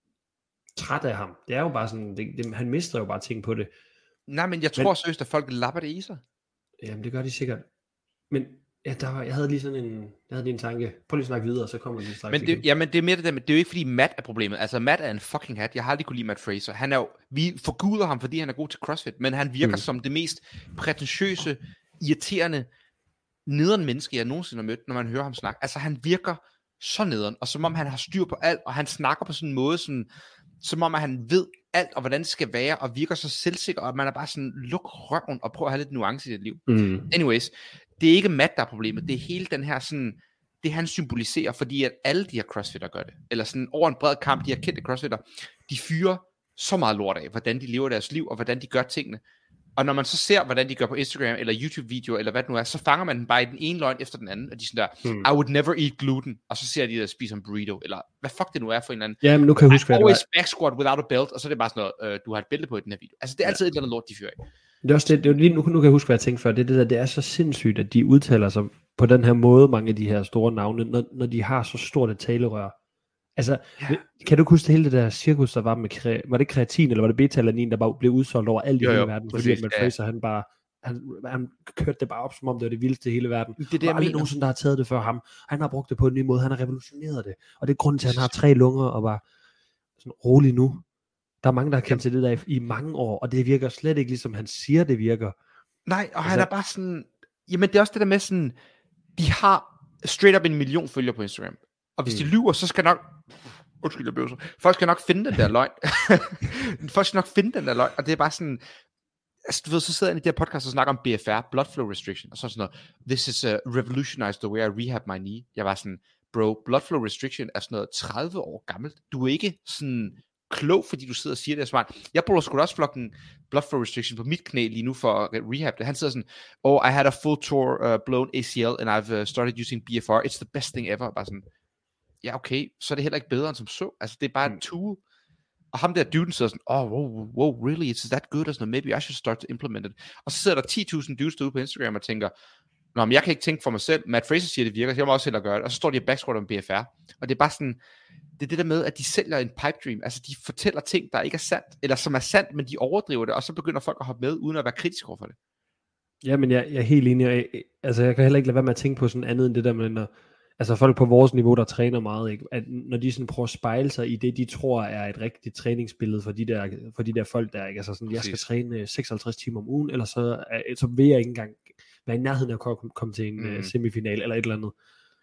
træt af ham. Det er jo bare sådan... Det, det, han mister jo bare ting på det. Nej, men jeg tror men, seriøst, at folk lapper det i sig. Jamen det gør de sikkert. Men ja, der var, jeg havde lige sådan en, jeg havde lige en tanke. Prøv lige at snakke videre, så kommer vi straks. Men det, ja, men det er mere det der, det er jo ikke fordi Matt er problemet. Altså Matt er en fucking hat. Jeg har aldrig kunne lide Matt Fraser. Han er jo, vi forguder ham, fordi han er god til CrossFit, men han virker mm. som det mest prætentiøse, irriterende, nederen menneske, jeg nogensinde har mødt, når man hører ham snakke. Altså han virker så nederen, og som om han har styr på alt, og han snakker på sådan en måde, sådan, som om at han ved alt, og hvordan det skal være, og virker så selvsikker, og man er bare sådan, luk røven, og prøv at have lidt nuance i dit liv. Mm. Anyways, det er ikke Matt, der er problemet, det er hele den her sådan, det han symboliserer, fordi at alle de her crossfitter gør det, eller sådan over en bred kamp, de her kendte crossfitter, de fyrer så meget lort af, hvordan de lever deres liv, og hvordan de gør tingene. Og når man så ser, hvordan de gør på Instagram, eller YouTube-videoer, eller hvad det nu er, så fanger man den bare i den ene løgn efter den anden, og de er sådan der, hmm. I would never eat gluten, og så ser de der spiser en burrito, eller hvad fuck det nu er for en eller anden. Ja, men nu kan jeg huske, hvad det always back squat without a belt, og så er det bare sådan noget, øh, du har et bælte på i den her video. Altså det er altid ja. et eller andet lort, de fyrer af. Det er også det, det er lige, nu, nu kan jeg huske, hvad jeg tænkte før, det er det der, det er så sindssygt, at de udtaler sig på den her måde, mange af de her store navne, når, når de har så stort et talerør. Altså, ja. Kan du huske hele det der cirkus, der var med, kre- var det kreatin, eller var det beta-alanin, der bare blev udsolgt over alt i hele verden, fordi at Matt Fraser, han bare, han, han kørte det bare op, som om det var det vildeste i hele verden. Det er det, jeg aldrig nogen, der har taget det før ham. Han har brugt det på en ny måde, han har revolutioneret det, og det er grunden til, at han har tre lunger, og bare sådan rolig nu. Der er mange, der har kendt til det der i, i mange år, og det virker slet ikke, ligesom han siger, det virker. Nej, og altså, han er bare sådan, jamen det er også det der med sådan, de har straight up en million følgere på Instagram. Og hvis mm. de lyver, så skal nok... Undskyld, jeg bliver så... Folk skal nok finde den der løgn. Folk skal nok finde den der løgn. Og det er bare sådan... Altså, du ved, så sidder jeg i det her podcast og snakker om B F R, Blood Flow Restriction, og så sådan noget, this is uh, revolutionized the way I rehab my knee. Jeg var sådan, bro, Blood Flow Restriction er sådan noget tredive år gammelt. Du er ikke sådan klog, fordi du sidder og siger det er smart. Jeg bruger sgu da også flokken Blood Flow Restriction på mit knæ lige nu for at rehab det. Han sidder sådan, oh, I had a full tore uh, blown A C L, and I've uh, started using B F R. It's the best thing ever. Bare sådan, ja, okay, så er det heller ikke bedre end som så. Altså, det er bare mm. et tool. Og ham der duden sidder sådan, oh, wow, wow, really, it's that good? Altså, maybe I should start to implement it. Og så sidder der ti tusind dudes derude på Instagram og tænker, nå, men jeg kan ikke tænke for mig selv. Matt Fraser siger, det virker, så jeg må også hellere gøre det. Og så står de og backsquat om B F R. Og det er bare sådan, det er det der med, at de sælger en pipe dream. Altså, de fortæller ting, der ikke er sandt, eller som er sandt, men de overdriver det, og så begynder folk at hoppe med, uden at være kritisk over for det. Ja, men jeg, jeg er helt enig. Jeg, altså, jeg kan heller ikke lade være med at tænke på sådan andet end det der med, når altså folk på vores niveau, der træner meget, ikke? At når de sådan prøver at spejle sig i det, de tror er et rigtigt træningsbillede for de der, for de der folk der, ikke? Altså sådan, jeg skal træne seksoghalvtreds timer om ugen, eller så, så vil jeg ikke engang være i nærheden af at komme, komme til en mm. semifinal, eller et eller andet.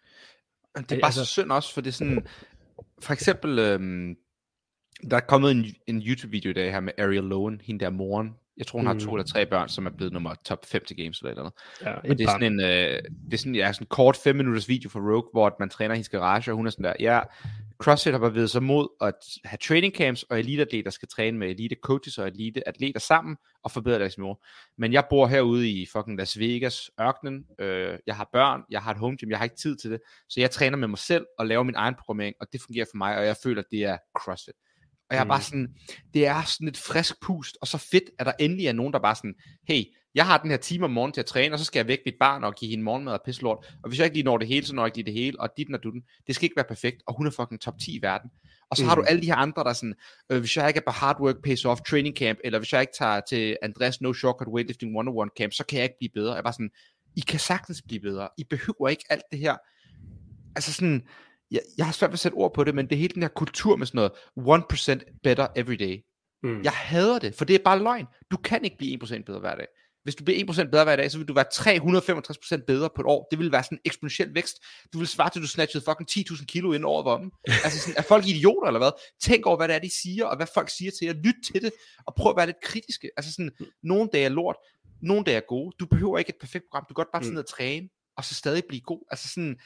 Det er bare altså, så synd også, for det er sådan, for eksempel, øhm, der er kommet en, en YouTube-video i dag her med Ariel Lowen, hende der moren. Jeg tror, hun har to mm. eller tre børn, som er blevet nummer top fem til games eller et eller andet. Ja, og det er sådan en, øh, det er sådan, ja, sådan en kort fem minutters video fra Rogue, hvor man træner hendes garage, og hun er sådan der, ja, CrossFit har bevæget sig mod at have training camps, og eliteatleter skal træne med elite coaches og elite atleter sammen, og forbedre deres niveau. Men jeg bor herude i fucking Las Vegas, ørkenen, øh, jeg har børn, jeg har et home gym, jeg har ikke tid til det, så jeg træner med mig selv, og laver min egen programmering, og det fungerer for mig, og jeg føler, at det er CrossFit. Og jeg er bare sådan, det er sådan et frisk pust, og så fedt, at der endelig er nogen, der bare sådan, hey, jeg har den her time om morgenen til at træne, og så skal jeg væk mit barn og give hende morgenmad og pisselort, og hvis jeg ikke lige når det hele, så når jeg ikke lige det hele, og dit og dutten, det skal ikke være perfekt, og hun er fucking top ti i verden. Og så mm. har du alle de her andre, der sådan, øh, hvis jeg ikke er på hard work pays off training camp, eller hvis jeg ikke tager til Andres no shortcut weightlifting one oh one camp, så kan jeg ikke blive bedre. Jeg er bare sådan, I kan sagtens blive bedre, I behøver ikke alt det her, altså sådan, Jeg, jeg har svært ved at sætte ord på det, men det er hele den her kultur med sådan noget one percent better every day. Mm. Jeg hader det, for det er bare løgn. Du kan ikke blive en procent bedre hver dag. Hvis du bliver en procent bedre hver dag, så vil du være tre hundrede og femogtres procent bedre på et år. Det vil være sådan en eksponentiel vækst. Du vil svare til, at du snatchede fucking ti tusind kilo inden året var om. Altså sådan, er folk idioter eller hvad? Tænk over, hvad det er, de siger, og hvad folk siger til jer. Lyt til det, og prøv at være lidt kritiske. Altså sådan, nogle dage er lort, nogle dage er gode. Du behøver ikke et perfekt program. Du kan godt bare sådan mm. at træne, og så stadig blive god. Altså sådan,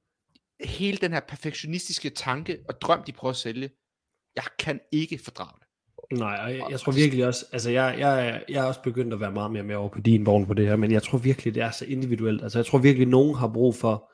hele den her perfektionistiske tanke og drøm, de prøver at sælge, jeg kan ikke fordrage det. Nej, og jeg, jeg tror virkelig også, altså jeg, jeg, jeg er også begyndt at være meget mere med over på din vogn på det her, men jeg tror virkelig, det er så individuelt. Altså jeg tror virkelig, nogen har brug for,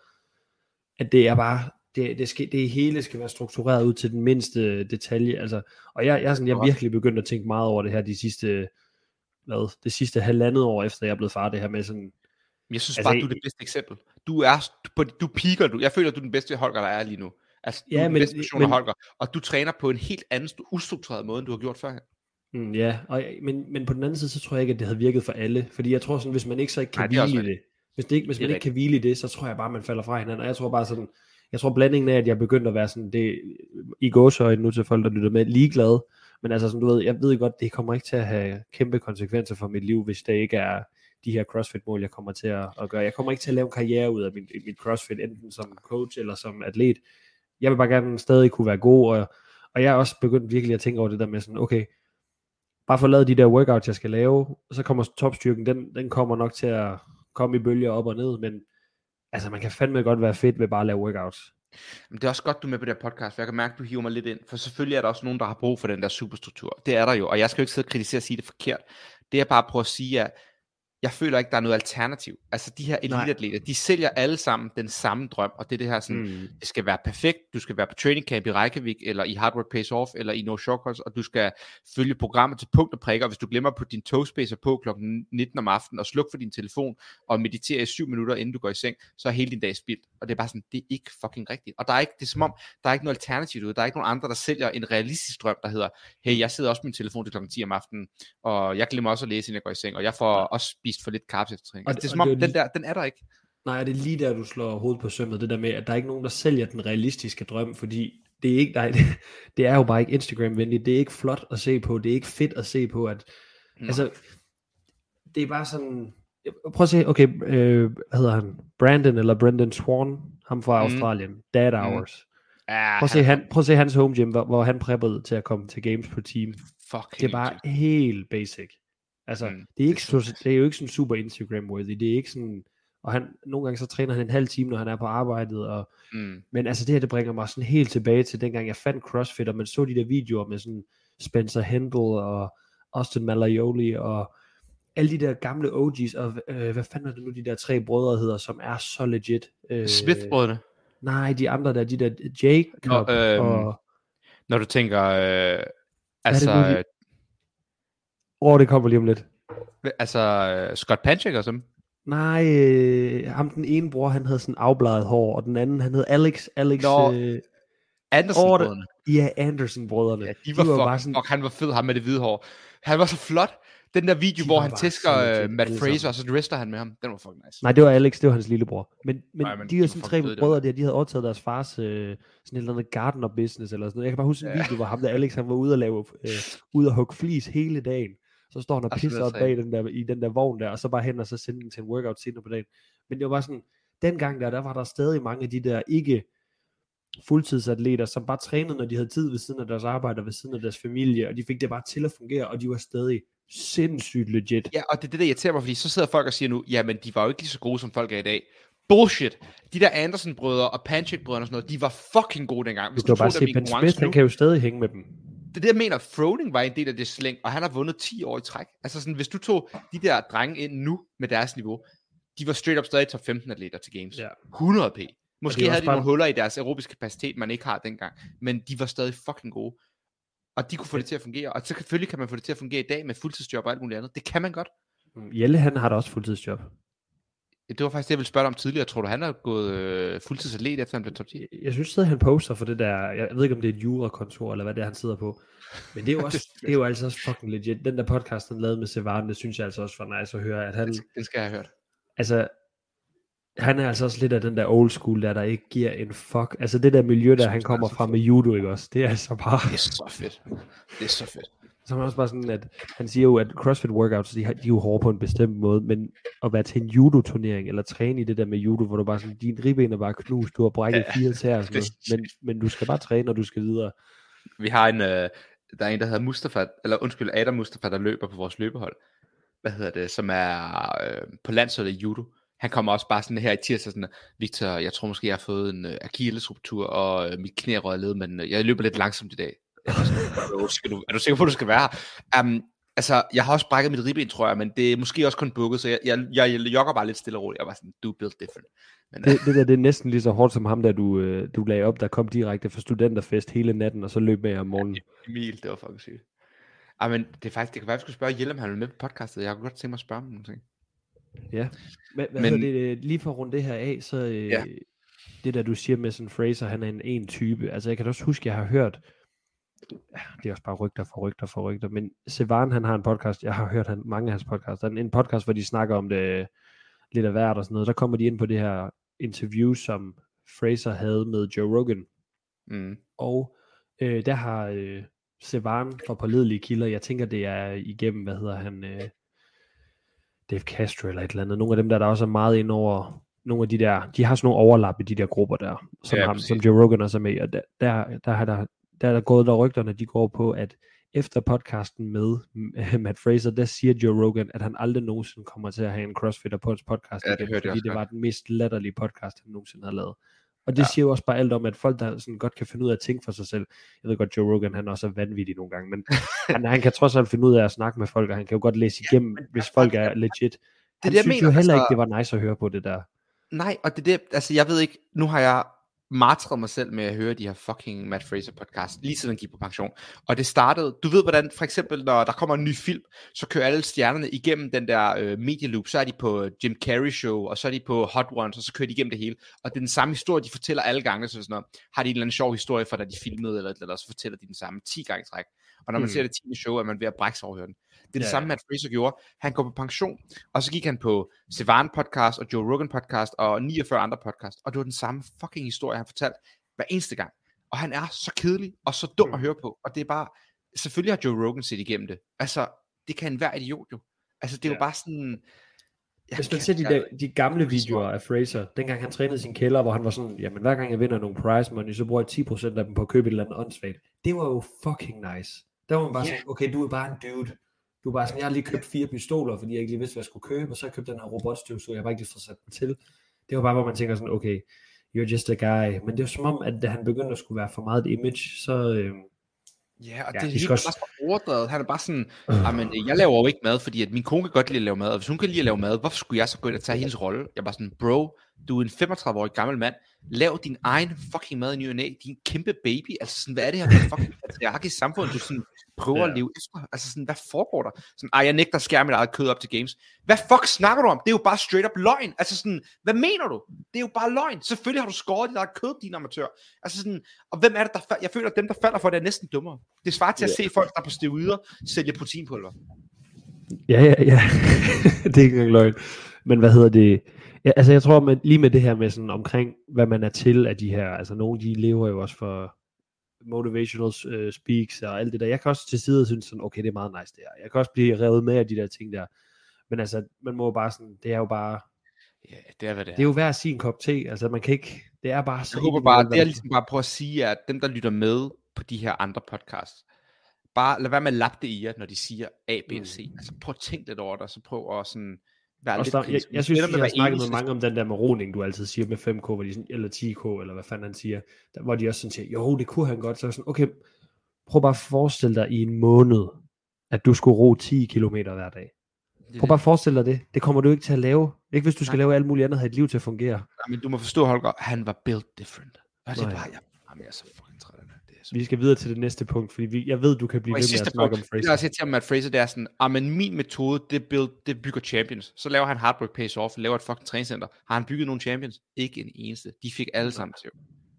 at det er bare, det, det, skal, det hele skal være struktureret ud til den mindste detalje. Altså, og jeg, jeg, er sådan, jeg er virkelig begyndt at tænke meget over det her de sidste, hvad, det sidste halvandet år, efter jeg er blevet far, det her med sådan. Jeg synes altså, bare, du er det bedste eksempel. Du er, du, du piker, du. Jeg føler, du er den bedste Holger, der er lige nu. Altså, du ja, er den men, bedste version af Holger, og du træner på en helt anden, ustruktureret måde, end du har gjort før. Mm, ja, og, men, men på den anden side, så tror jeg ikke, at det havde virket for alle. Fordi jeg tror sådan, hvis man ikke så ikke kan Nej, hvile i det, hvis, det ikke, hvis man ikke kan hvile i det, så tror jeg bare, man falder fra hinanden. Og jeg tror bare sådan, jeg tror blandingen af, at jeg er begyndt at være sådan, det i gåseøjne nu til folk, der lytter med, ligeglade. Men altså, som du ved, jeg ved godt, det kommer ikke til at have kæmpe konsekvenser for mit liv, hvis det ikke er de her CrossFit-mål, jeg kommer til at, at gøre. Jeg kommer ikke til at lave en karriere ud af mit, mit CrossFit, enten som coach eller som atlet. Jeg vil bare gerne stadig kunne være god, og, og jeg er også begyndt virkelig at tænke over det der med sådan, okay, bare få lavet de der workouts, jeg skal lave, og så kommer topstyrken, den, den kommer nok til at komme i bølger op og ned, men altså, man kan fandme godt være fedt ved bare at lave workouts. Men det er også godt, du er med på det her podcast, for jeg kan mærke, at du hiver mig lidt ind, for selvfølgelig er der også nogen, der har brug for den der superstruktur. Det er der jo, og jeg skal jo ikke sidde og kritisere og sige det forkert. Det jeg bare prøver at sige er, jeg føler ikke, der er noget alternativ. Altså de her eliteatleter, de sælger alle sammen den samme drøm, og det er det her sådan, mm. det skal være perfekt, du skal være på training camp i Reykjavik, eller i Hard Work Pays Off, eller i No Shortcuts, og du skal følge programmet til punkt og prikker, og hvis du glemmer på din togspacer på klokken nitten om aftenen, og sluk for din telefon, og meditere i syv minutter, inden du går i seng, så er hele din dag spildt. Og det er bare sådan, det er ikke fucking rigtigt. Og der er ikke, det er som om, der er ikke noget alternativ ud, der er ikke nogen andre, der sælger en realistisk drøm, der hedder, hey, jeg sidder også med min telefon til klokken ti om aftenen, og jeg glemmer også at læse, inden jeg går i seng, og jeg får også spist for lidt carbs efter træning. Altså, det er som om, den der, den er der ikke. Nej, det er lige der, du slår hovedet på sømmet, det der med, at der er ikke nogen, der sælger den realistiske drøm, fordi det er ikke, nej, det, det er jo bare ikke Instagram-venligt, det er ikke flot at se på, det er ikke fedt at se på, at, mm. altså, det er bare sådan, prøv at se, okay, øh, hvad hedder han, Brandon eller Brendan Swan, ham fra mm. Australien, Dad Hours. Mm. Prøv at se, han, prøv at se hans home gym, hvor, hvor han preppede til at komme til games på team. Fuck, det er bare helt, helt basic. Altså, mm, det, er ikke så, det er jo ikke sådan super Instagram-worthy, det er ikke sådan, og han, nogle gange så træner han en halv time, når han er på arbejdet, og, mm. men altså det her, det bringer mig sådan helt tilbage til dengang jeg fandt CrossFit, og man så de der videoer med sådan Spencer Hendel, og Austin Malaioli, og alle de der gamle O G's, og øh, hvad fanden er det nu, de der tre brødre hedder, som er så legit. Øh, Smith-brødrene? Nej, de andre der, de der Jake, Nå, øh, og... Når du tænker, øh, altså... Åh, de... oh, det kommer lige om lidt. Altså, Scott Panchik og sådan? Nej, øh, ham den ene bror, han havde sådan afbladet hår, og den anden, han hed Alex, Alex... Nå, øh, Anderson-brødrene. Ja, Anderson-brødrene. Ja, de var, de var fuck, bare sådan... Og han var fed, ham med det hvide hår. Han var så flot. Den der video, De hvor var han bare tæsker så legit, uh, Matt alle Fraser, sammen. og så wrestler han med ham. Den var fucking nice. Nej, det var Alex, det var hans lillebror. Men, men, Nej, men de de er var sådan fucking tre fede, brødre dem der, de havde overtaget deres fars øh, sådan et eller andet gardener business eller sådan noget. Jeg kan bare huske en Ja. video, hvor ham der Alex, han var ude og lave, øh, ude og hugge flis hele dagen. Så står han og Og så pisser op videre bag den der, i den der vogn der, og så bare hen og så sende den til en workout senere på dagen. Men det var bare sådan, dengang der, der var der stadig mange af de der ikke fuldtidsatleter, som bare trænede, når de havde tid ved siden af deres arbejde og ved siden af deres familie, og de fik det bare til at fungere, og de var stadig sindssygt legit. Ja, og det er det, der irriterer mig, fordi så sidder folk og siger nu, jamen, de var jo ikke lige så gode, som folk er i dag. Bullshit. De der Anderson-brødre og Panchik-brødrene og sådan noget, de var fucking gode dengang. Du kan jo bare se, Ben Smith, han kan jo stadig hænge med dem. Det er det, jeg mener, Froning var en del af det slæng, og han har vundet ti år i træk. Altså sådan, hvis du tog de der drenge ind nu med deres niveau, de var straight up stadig top femten atleter til games. Ja. hundrede p. Måske havde de bare... nogle huller i deres aerobiske kapacitet, man ikke har dengang, men de var stadig fucking gode. Og de kunne få det til at fungere, og så selvfølgelig kan man få det til at fungere i dag med fuldtidsjob og alt muligt andet. Det kan man godt. Jelle, han har da også fuldtidsjob. Det var faktisk det, jeg ville spørge dig om tidligere. Tror du, han har gået øh, fuldtidsatlet, efter han blev top ti? Jeg synes stadig, han poster for det der, jeg ved ikke, om det er et jurakontor, eller hvad det er, han sidder på. Men det er jo, også, det er jo altså også fucking legit. Den der podcast, han lavede med Sevan, det synes jeg altså også var nice at høre, at han... Den skal jeg have hørt. Altså, han er altså også lidt af den der old school, der der ikke giver en fuck. Altså det der miljø, der han kommer fra med judo, ikke også? Det er altså bare... Det er så fedt. Det er så fedt. Så er også bare sådan, at han siger jo, at CrossFit workouts, de, har, de er jo hårde på en bestemt måde, men at være til en judo-turnering, eller træne i det der med judo, hvor du bare sådan, dine ribben er bare knust, du har brækket ja, fire tæer, sådan men, men du skal bare træne, og du skal videre. Vi har en, øh, der er en, der hedder Mustafa, eller undskyld, Adam Mustafa, der løber på vores løbehold. Hvad hedder det, som er øh, på landsholdet i judo. Han kommer også bare sådan her i tirsdag, sådan, Victor, jeg tror måske, jeg har fået en uh, akillesruptur, og uh, mit knæ er røget led, men uh, jeg løber lidt langsomt i dag. Er du, skal du, er du sikker på, at du skal være her? Um, altså, jeg har også brækket mit ribben, tror jeg, men det er måske også kun bukket, så jeg, jeg, jeg, jeg jogger bare lidt stille og roligt. Jeg var sådan, do build different. Men, det, det der, det er næsten lige så hårdt som ham, der du, øh, du lagde op, der kom direkte fra studenterfest hele natten, og så løb med om morgenen. Emil, det var fucking sygt. Ah, men det er faktisk, det kan være, jeg skulle spørge Jelle, om han ville med på podcastet. Jeg kunne godt tænke mig at spørge ham nogle ting. Ja, hvad, hvad men, det, lige for at runde det her af, så øh, ja. Det der du siger med sådan Fraser, han er en en type, altså jeg kan også huske, jeg har hørt, ja, det er også bare rygter for rygter for rygter, men Sevan, han har en podcast, jeg har hørt han, mange af hans podcasts, der er en podcast, hvor de snakker om det lidt af hvert og sådan noget, der kommer de ind på det her interview, som Fraser havde med Joe Rogan, mm. og øh, der har øh, Sevan fra pålidelige kilder, jeg tænker det er igennem, hvad hedder han, øh, Dave Castro eller et eller andet, nogle af dem der, der også er meget ind over, nogle af de der, de har sådan nogle overlap i de der grupper der, som, ja, ham, som Joe Rogan også er med, og der, der, der har der, der er der gået der rygterne, de går på, at efter podcasten med Matt Fraser, der siger Joe Rogan, at han aldrig nogensinde kommer til at have en crossfitter på hans podcast, ja, det igen, fordi det godt. var den mest latterlige podcast, han nogensinde har lavet. Og det ja. siger jo også bare alt om, at folk, der sådan godt kan finde ud af at tænke for sig selv, jeg ved godt, Joe Rogan, han er også vanvittig nogle gange, men han, han kan trods alt finde ud af at snakke med folk, og han kan jo godt læse igennem, ja, hvis folk er legit. Det, han det, synes mener, jo heller altså, ikke, det var nice at høre på det der. Nej, og det er det, altså jeg ved ikke, nu har jeg martret mig selv med at høre de her fucking Matt Fraser podcast, lige siden han gik på pension. Og det startede, du ved hvordan, for eksempel når der kommer en ny film, så kører alle stjernerne igennem den der øh, medieloop, så er de på Jim Carrey show, og så er de på Hot Ones, og så kører de igennem det hele. Og det er den samme historie, de fortæller alle gange, så sådan noget. Har de en eller anden sjov historie fra da de filmede, eller, eller så fortæller de den samme ti gange træk. Og når man mm. ser det tiende show, er man ved at brække sig over at høre den. Det er det ja, samme, Matt Fraser gjorde. Han går på pension, og så gik han på Sevan podcast, og Joe Rogan podcast, og niogfyrre andre podcast, og det var den samme fucking historie, han fortalte hver eneste gang. Og han er så kedelig, og så dum at høre på, og det er bare, selvfølgelig har Joe Rogan set igennem det. Altså, det kan enhver idiot jo. Altså, det er ja. jo bare sådan... Hvis man ser de, der, de gamle videoer af Fraser, dengang han trænede sin kælder, hvor han var sådan, jamen hver gang jeg vinder nogle prize money, så bruger jeg ti procent af dem på at købe et eller andet åndssvagt. Det var jo fucking nice. Der var man bare yeah. sådan, okay, du er bare en dude. Du er bare sådan, jeg har lige købt fire pistoler, fordi jeg ikke lige vidste, hvad jeg skulle købe, og så købte den her robotstøvsuger, jeg har bare ikke lige fået sat den til. Det var bare, hvor man tænker sådan, okay, you're just a guy. Men det er som om, at da han begyndte at skulle være for meget et image, så... Øh, ja, og ja, det er helt også... bare så overdrevet. Han er bare sådan, uh. jeg laver jo ikke mad, fordi at min kone kan godt lide at lave mad, og hvis hun kan lide at lave mad, hvorfor skulle jeg så gå ind og tage hendes rolle? Jeg er bare sådan, bro, du er en femogtredive-årig gammel mand, lav din egen fucking mad i ny og næ, din kæmpe baby, altså sådan, hvad er det her for fucking patriarkisk samfund, du sådan prøver ja. at leve efter, altså sådan, hvad foregår der? Sådan, ej, jeg nægter at skære mit eget kød op til games. Hvad fuck snakker du om? Det er jo bare straight up løgn, altså sådan, hvad mener du? Det er jo bare løgn, selvfølgelig har du skåret dit eget kød, din amatør, altså sådan, og hvem er det, der falder? Jeg føler, at dem, der falder for det, er næsten dummere. Det svarer til at ja. se folk, der på steroider sælger proteinpulver. Ja, ja, ja. Det er ikke engang løgn. Men hvad hedder det? Ja, altså jeg tror, man, lige med det her med sådan omkring, hvad man er til af de her, altså nogle de lever jo også for motivational uh, speaks og alt det der. Jeg kan også til side synes sådan, okay, det er meget nice det her. Jeg kan også blive revet med af de der ting der. Men altså, man må jo bare sådan, det er jo bare, Ja, det er, hvad det er. det er jo hver sin kop te. Altså man kan ikke, det er bare så. Jeg håber bare, det jeg ligesom bare prøver at sige, er, at dem, der lytter med på de her andre podcasts, bare lad være med at lappe det i jer, når de siger A, B og C. Mm. Altså prøv at tænke lidt over det, og så prøv at sådan være også lidt der, kritisk. Jeg, jeg synes, jeg har snakket med eneste... mange om den der med roning, du altid siger med fem K, hvor de sådan, eller ti K, eller hvad fanden han siger, der, hvor de også sådan siger, jo, det kunne han godt. Så sådan, okay, prøv bare at forestille dig i en måned, at du skulle ro ti kilometer hver dag. Prøv bare at forestille dig det. Det kommer du ikke til at lave. Ikke hvis du skal Nej. lave alt muligt andet, have et liv til at fungere. Nej, men du må forstå, Holger, han var built different. Og det er bare, jeg, jamen, jeg er så fucking træt af det. det så... Vi skal videre til det næste punkt, fordi vi, jeg ved, du kan blive ved med at snakke om Fraser. Jeg har set til ham, at Fraser, det er sådan, ah, men min metode, det, build, det bygger champions. Så laver han hard work pays off, laver et fucking træningscenter. Har han bygget nogle champions? Ikke en eneste. De fik alle sammen til.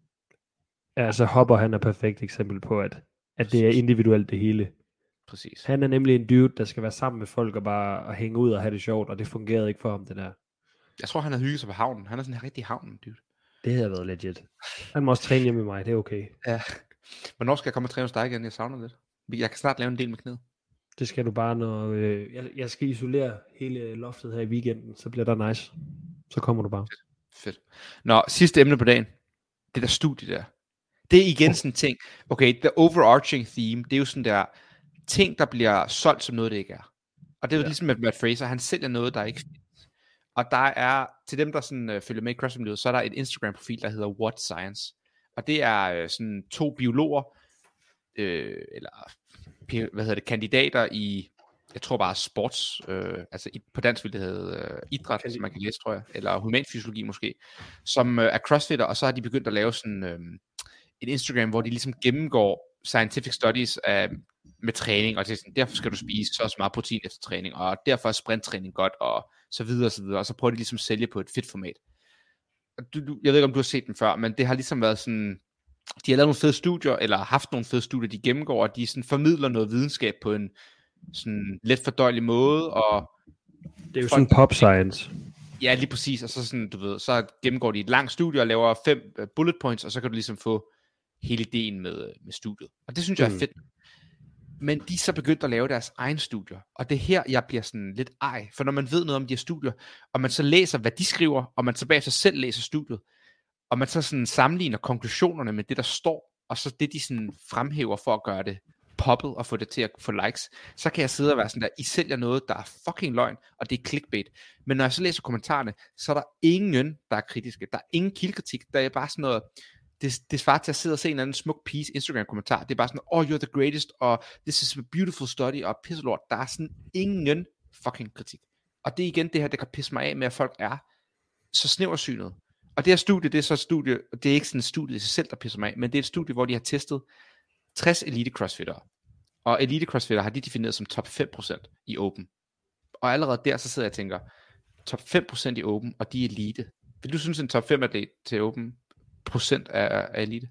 Ja, så Hopper, han er et perfekt eksempel på, at, at det er individuelt det hele. Præcis. Han er nemlig en dude, der skal være sammen med folk og bare og hænge ud og have det sjovt, og det fungerede ikke for ham, det der. Jeg tror, han har hygget sig på havnen. Han er sådan en rigtig havnen, dude. Det havde været legit. Han må også træne hjemme med mig, det er okay. Ja. Hvornår skal jeg komme og træne hos dig igen? Jeg savner lidt. Jeg kan snart lave en del med knæet. Det skal du bare, når øh, jeg, jeg skal isolere hele loftet her i weekenden, så bliver der nice. Så kommer du bare. Fedt. Fedt. Nå, sidste emne på dagen. Det der studie der. Det er igen sådan en ting. Okay, the overarching theme, det er jo sådan der ting, der bliver solgt som noget, det ikke er. Og det er jo ja. ligesom med Matt Fraser, han sælger noget, der ikke findes. Og der er, til dem, der sådan, uh, følger med i CrossFit-miljøet, så er der et Instagram-profil, der hedder What Science. Og det er uh, sådan to biologer, øh, eller hvad hedder det, kandidater i, jeg tror bare sports, øh, altså på dansk vil det hedde øh, idræt, som man kan læse, tror jeg, eller humanfysiologi måske, som øh, er crossfitter, og så har de begyndt at lave sådan øh, et Instagram, hvor de ligesom gennemgår scientific studies af, med træning, og sådan, derfor skal du spise så meget protein efter træning, og derfor er sprinttræning godt, og så videre og så videre, og så prøver de ligesom at sælge på et fedt format. Du, du, jeg ved ikke, om du har set den før, men det har ligesom været sådan, de har lavet nogle fede studier, eller haft nogle fede studier, de gennemgår, og de sådan formidler noget videnskab på en sådan let fordøjelig måde, og det er jo sådan pop science. Ja, lige præcis, og så sådan, du ved, så gennemgår de et langt studie og laver fem uh, bullet points, og så kan du ligesom få hele ideen med, med studiet. Og det synes jeg er fedt. Men de er så begyndt at lave deres egen studier, og det er her, jeg bliver sådan lidt ej, for når man ved noget om de her studier, og man så læser, hvad de skriver, og man så bagefter selv læser studiet, og man så sådan sammenligner konklusionerne med det, der står, og så det, de sådan fremhæver for at gøre det poppet og få det til at få likes, så kan jeg sidde og være sådan der, I sælger noget, der er fucking løgn, og det er clickbait. Men når jeg så læser kommentarerne, så er der ingen, der er kritiske. Der er ingen kildekritik, der er bare sådan noget, det, det svarer til at sidde og se en eller anden smuk piece Instagram-kommentar. Det er bare sådan, oh, you're the greatest, og this is a beautiful study, og pisselort. Der er sådan ingen fucking kritik. Og det er igen det her, der kan pisse mig af med, at folk er så snæversynet. Og det her studie, det er så et studie, og det er ikke sådan et studie i sig selv, der pisser mig af, men det er et studie, hvor de har testet tres elite crossfitter. Og elite crossfitter har de defineret som top fem procent i open. Og allerede der, så sidder jeg og tænker, top fem procent i open, og de er elite. Vil du synes, en top fem atlet til open procent er, er elite?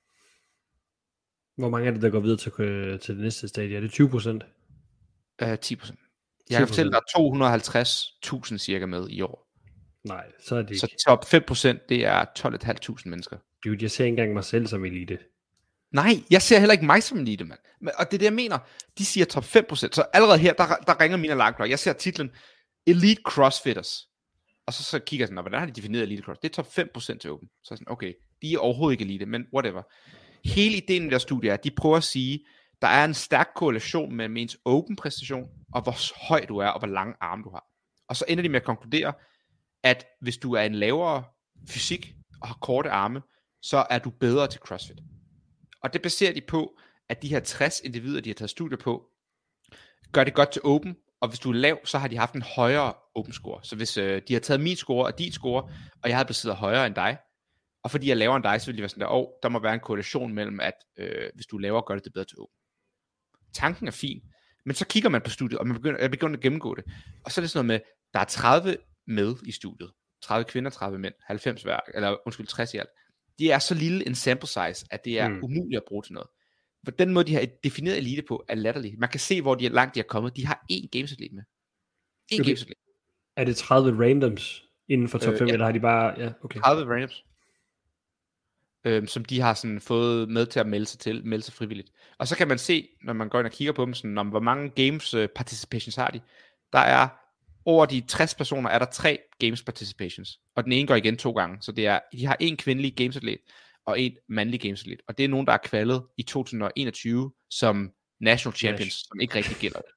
Hvor mange er det, der går videre til, til det næste stadie? Er det tyve procent? Uh, ti procent. Jeg kan fortælle, der er to hundrede og halvtreds tusind cirka med i år. Nej, så er det ikke. Så top fem procent, det er tolv tusind fem hundrede mennesker. Dude, jeg ser ikke engang mig selv som elite. Nej, jeg ser heller ikke mig som elite, mand. Og det er det, jeg mener. De siger top fem procent. Så allerede her, der, der ringer mine alarmklokker. Jeg ser titlen Elite Crossfitters. Og så, så kigger jeg sådan, hvordan har de defineret Elite Cross? Det er top fem procent til open. Så sådan, okay, de er overhovedet ikke elite, men whatever. Hele ideen med deres studie er, at de prøver at sige, der er en stærk korrelation mellem ens open præstation, og hvor høj du er, og hvor lange arme du har. Og så ender de med at konkludere, at hvis du er en lavere fysik, og har korte arme, så er du bedre til CrossFit. Og det baserer de på, at de her tres individer, de har taget studier på, gør det godt til open, og hvis du er lav, så har de haft en højere open score. Så hvis øh, de har taget min score og dit score, og jeg havde placeret højere end dig, og fordi jeg er lavere end dig, så vil de være sådan der, åh, oh, der må være en korrelation mellem, at øh, hvis du er lavere, gør det det bedre til open. Tanken er fin, men så kigger man på studiet, og man begynder, jeg begynder at gennemgå det, og så er det sådan noget med, der er tredive med i studiet, tredive kvinder, tredive mænd, halvfems hver, eller undskyld, tres i alt. Det er så lille en sample size, at det er mm. umuligt at bruge til noget. For den måde, de har defineret elite på, er latterlig. Man kan se, hvor de er langt de er kommet. De har én gamesatlet med. En Okay. games atlet. Er det tredive randoms inden for top Øh, fem, ja. eller har de bare... Ja, okay. tredive randoms. Øhm, som de har sådan fået med til at melde sig til, melde sig frivilligt. Og så kan man se, når man går ind og kigger på dem, sådan, om hvor mange games uh, participations har de. Der er over de tres personer, er der tre games participations. Og den ene går igen to gange. Så det er, de har en kvindelig gamesatlet og en mandlig gamesatlet. Og det er nogen, der er kvalet i to tusind og enogtyve som national champions, Nash. Som ikke rigtig gælder det.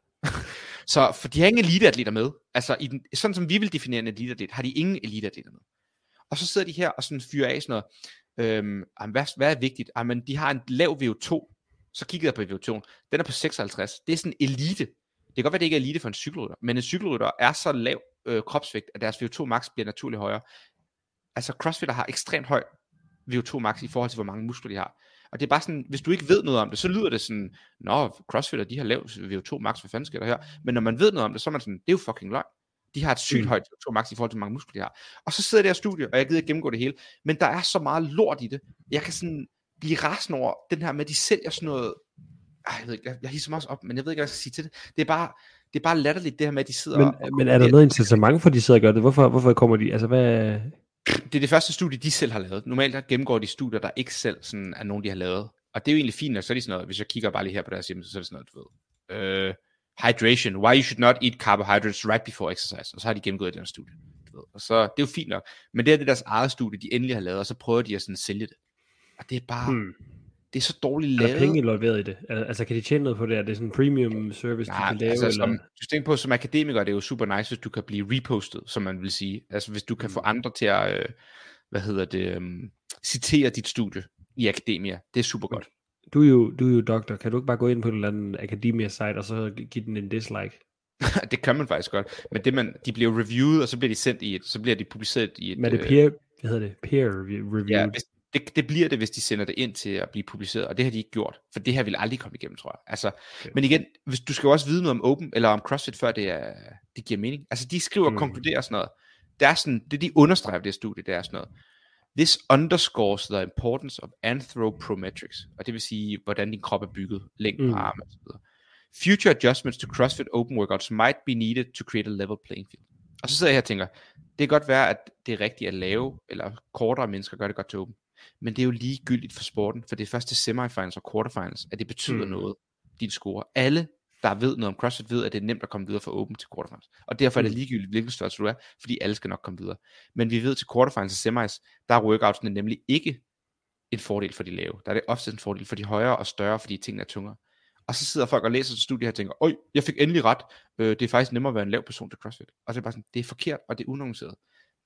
Så for de har ingen eliteatleter med. Altså i den, sådan som vi vil definere en eliteatlet, har de ingen eliteatleter med. Og så sidder de her og sådan fyrer af sådan noget. Øhm, hvad, hvad er vigtigt? Jamen, de har en lav V O to. Så kiggede jeg på V O to. Den er på seksoghalvtreds. Det er sådan elite. Det kan godt være, det ikke er elite for en cykelrytter, men en cykelrytter er så lav øh, kropsvægt, at deres V O to max bliver naturligt højere. Altså crossfitter har ekstremt høj V O to max i forhold til, hvor mange muskler de har. Og det er bare sådan, hvis du ikke ved noget om det, så lyder det sådan, nå, crossfitter, de har lav V O to max, hvad fanden sker der her? Men når man ved noget om det, så er man sådan, det er jo fucking løgn. De har et sygt mm. højt V O to max i forhold til, hvor mange muskler de har. Og så sidder jeg der i studiet, og jeg gider ikke gennemgå det hele, men der er så meget lort i det. Jeg kan sådan blive rasende over den her med, at de sælger sådan noget. Ej, jeg ved ikke, jeg, jeg hisser mig også op, men jeg ved ikke, hvad jeg skal sige til det. Det er bare, det er bare latterligt, det her med, at de sidder men, og... Men er der noget incitament for, at de sidder og gør det? Hvorfor, hvorfor kommer de? Altså, hvad... Det er det første studie, de selv har lavet. Normalt der gennemgår de studier, der ikke selv sådan, er nogen, de har lavet. Og det er jo egentlig fint, og så er de sådan noget, hvis jeg kigger bare lige her på deres hjemmeside, så er det sådan noget, du ved. Uh, hydration, why you should not eat carbohydrates right before exercise. Og så har de gennemgået den her studie. Du ved. Og så, det er jo fint nok. Men det er det deres eget studie, de endelig har lavet, og så prøver de at sådan sælge det. Og det er bare... Hmm. Det er så dårligt lavet. Er der penge involveret i det? Altså, kan de tjene noget på det? Er det sådan en premium service, Nej, de kan lave? Altså, eller? Som, du tænker på, som akademiker, det er jo super nice, hvis du kan blive repostet, som man vil sige. Altså, hvis du kan få andre til at, øh, hvad hedder det, um, citere dit studie i akademia. Det er super godt. Du er jo, du er jo doktor. Kan du ikke bare gå ind på et eller andet akademia-site, og så give den en dislike? Det kan man faktisk godt. Men det man, de bliver reviewet, og så bliver de sendt i et, så bliver de publiceret i et... Men er det peer, hvad hedder det? Peer review? Ja, hvis, Det, det bliver det, hvis de sender det ind til at blive publiceret, og det har de ikke gjort, for det her vil aldrig komme igennem, tror jeg. Altså, okay. Men igen, hvis du skal jo også vide noget om Open, eller om CrossFit, før det, er, det giver mening. Altså, de skriver og mm. konkluderer sådan noget. Det er sådan, det de understreger det studie, det er sådan noget. This underscores the importance of anthropometrics, og det vil sige, hvordan din krop er bygget, længden på mm. arme og så videre. Future adjustments to CrossFit Open workouts might be needed to create a level playing field. Og så sidder jeg her og tænker, det kan godt være, at det er rigtigt at lave, eller kortere mennesker gør det godt til Open. Men det er jo ligegyldigt for sporten, for det er først til semifinals og quarterfinals, at det betyder mm. noget, din score. Alle, der ved noget om CrossFit, ved, at det er nemt at komme videre fra Open til quarterfinals. Og derfor er det ligegyldigt, hvilken størrelse du er, fordi alle skal nok komme videre. Men vi ved til quarterfinals og semis, der er workoutsene nemlig ikke en fordel for de lave. Der er det ofte en fordel for de højere og større, fordi tingene er tungere. Og så sidder folk og læser et studie her og tænker, øj, jeg fik endelig ret, øh, det er faktisk nemmere at være en lav person til CrossFit. Og det er bare sådan, det er forkert, og det er unuanceret.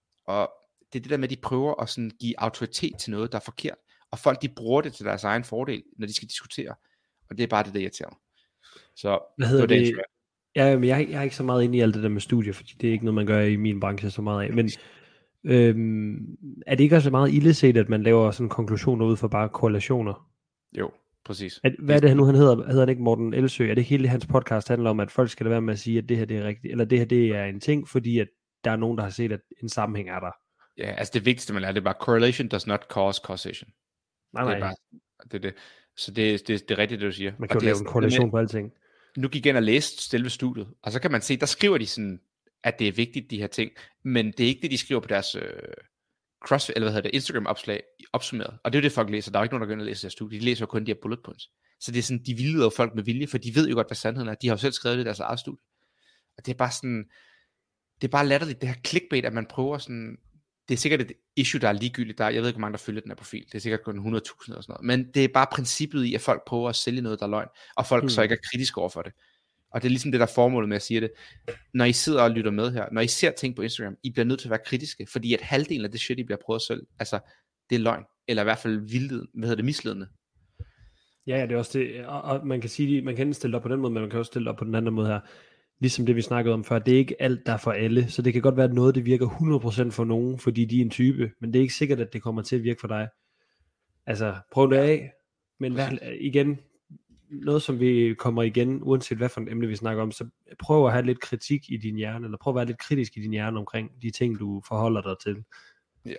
Og det er det der med, at de prøver at sådan give autoritet til noget, der er forkert. Og folk, de bruger det til deres egen fordel, når de skal diskutere. Og det er bare det, der irriterer mig. Så hvad hedder det, det? det ja, men jeg, jeg er ikke så meget inde i alt det der med studier, fordi det er ikke noget, man gør i min branche så meget af. Men øhm, er det ikke også meget illeset, at man laver sådan konklusioner ud fra bare korrelationer? Jo, præcis. At, hvad er det nu, han hedder? Hedder han ikke Morten Elsø? Er det ikke hele hans podcast handler om, at folk skal da være med at sige, at det her det er rigtigt, eller det her det er en ting, fordi at der er nogen, der har set, at en sammenhæng er der? Ja, altså det vigtigste, man lærer, det er bare, correlation does not cause causation. Nej, nej. Det er bare, det er det. Så det, det, det er rigtigt, det du siger. Man kan jo lave en korrelation på alting. Nu gik jeg ind og læste selve studiet, og så kan man se, der skriver de sådan, at det er vigtigt, de her ting, men det er ikke det, de skriver på deres øh, CrossFit, eller hvad hedder det, Instagram-opslag opsummeret. Og det er jo det, folk læser. Der er ikke nogen, der går ind og læser deres studie. De læser jo kun de her bullet points. Så det er sådan, de vildleder jo folk med vilje, for de ved jo godt, hvad sandheden er. De har jo selv skrevet det i deres eget studie. Og det er bare sådan, det er bare latterligt, det her clickbait, at man prøver sådan, det er sikkert et issue, der er ligegyldigt. Der, jeg ved ikke, hvor mange der følger den her profil. Det er sikkert kun hundrede tusind eller sådan noget. Men det er bare princippet i, at folk prøver at sælge noget, der er løgn, og folk mm. så ikke er kritiske over for det. Og det er ligesom det, der er formålet med at sige det. Når I sidder og lytter med her, når I ser ting på Instagram, I bliver nødt til at være kritiske, fordi at halvdelen af det shit, I bliver prøvet selv, altså, det er løgn, eller i hvert fald vildled, hvad hedder det, misledende. Ja, ja, det er også det, og, og man kan sige, man kan stille op på den måde, men man kan også stille op på den anden måde her. Ligesom det, vi snakkede om før, det er ikke alt, der er for alle, så det kan godt være, at noget, det virker hundrede procent for nogen, fordi de er en type, men det er ikke sikkert, at det kommer til at virke for dig. Altså, prøv det af, men hvad, igen, noget som vi kommer igen, uanset hvad for et emne vi snakker om, så prøv at have lidt kritik i din hjerne, eller prøv at være lidt kritisk i din hjerne omkring de ting, du forholder dig til. Ja.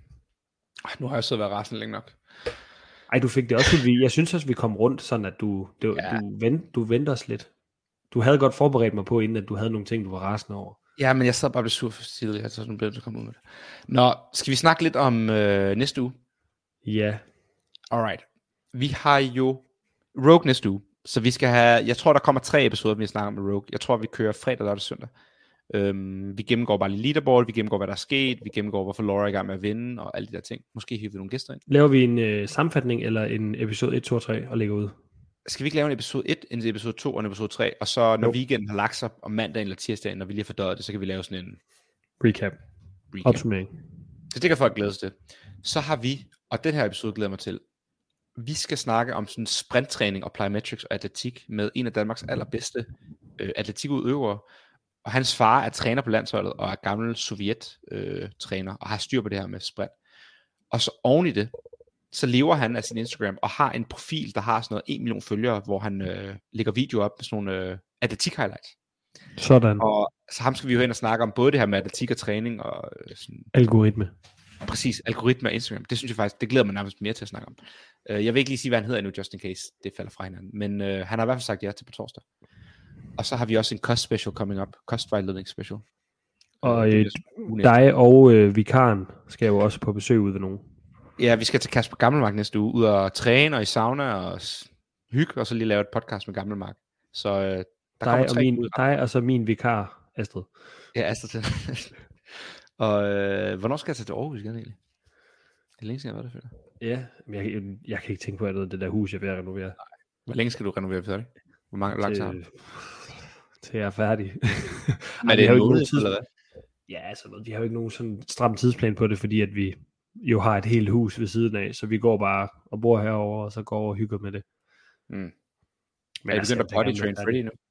Nu har jeg så været rasende længe nok. Ej, du fik det også, jeg synes også, vi kom rundt, sådan at du, du, ja. du, vent, du venter os lidt. du havde godt forberedt mig på, inden at du havde nogle ting, du var rasende over. Ja, men jeg sad bare og blev sur for tidligere, så nu blev det så komme ud med det. Nå, skal vi snakke lidt om øh, næste uge? Ja. Alright. Vi har jo Rogue næste uge, så vi skal have, jeg tror der kommer tre episoder, vi snakker om med Rogue. Jeg tror vi kører fredag, lørdag, søndag. Øhm, vi gennemgår bare lige leaderboard, vi gennemgår hvad der er sket, vi gennemgår hvorfor Laura er i gang med at vinde, og alle de der ting. Måske hiver vi nogle gæster ind. Laver vi en øh, sammenfatning, eller en episode et, to og tre, og lægger ud? Skal vi ikke lave en episode et, en episode to og en episode tre, og så når jo. weekenden har lagt sig om mandagen eller tirsdagen, når vi lige har fordøjet det, så kan vi lave sådan en recap, recap. Opsummering. Så det kan folk glæde sig til. Så har vi, og den her episode glæder mig til, vi skal snakke om sådan sprinttræning og plyometrics og atletik med en af Danmarks allerbedste øh, atletikudøvere, og hans far er træner på landsholdet og er gammel sovjet-træner øh, og har styr på det her med sprint. Og så oven i det, så lever han af sin Instagram og har en profil, der har sådan noget en million følgere, hvor han øh, lægger videoer op med sådan nogle øh, atletik-highlights. Sådan. Og så ham skal vi jo hen og snakke om både det her med atletik og træning og øh, sådan... Algoritme. Præcis, algoritme og Instagram. Det synes jeg faktisk, det glæder mig nærmest mere til at snakke om. Uh, jeg vil ikke lige sige, hvad han hedder endnu, just in case det falder fra hinanden. Men uh, han har i hvert fald sagt ja til på torsdag. Og så har vi også en kost special coming up. Kostvejledning special. Og uh, dig og øh, vikaren skal jo også på besøg ud ved nogen. Ja, vi skal til Kasper Gammelmark næste uge. Ud og træne og i sauna og hygge. Og så lige lave et podcast med Gammelmark. Så uh, der dig kommer tre og min, ud. dig og så min vikar, Astrid. Ja, Astrid. Og øh, hvornår skal jeg tage til Aarhus igen egentlig? Det er længe siden jeg har været der før. Ja, men jeg, jeg, jeg kan ikke tænke på andet, det der hus, jeg vil renovere. Hvor længe skal du renovere for det? Hvor mange lang tid har du? Til jeg er færdig. Men det er jo noget tid, eller hvad? Ja, altså, vi har jo ikke nogen sådan stram tidsplan på det, fordi at vi jo har et helt hus ved siden af, så vi går bare og bor herover og så går og hygger med det. Mm. Men er I begyndt at potty train Freddy nu?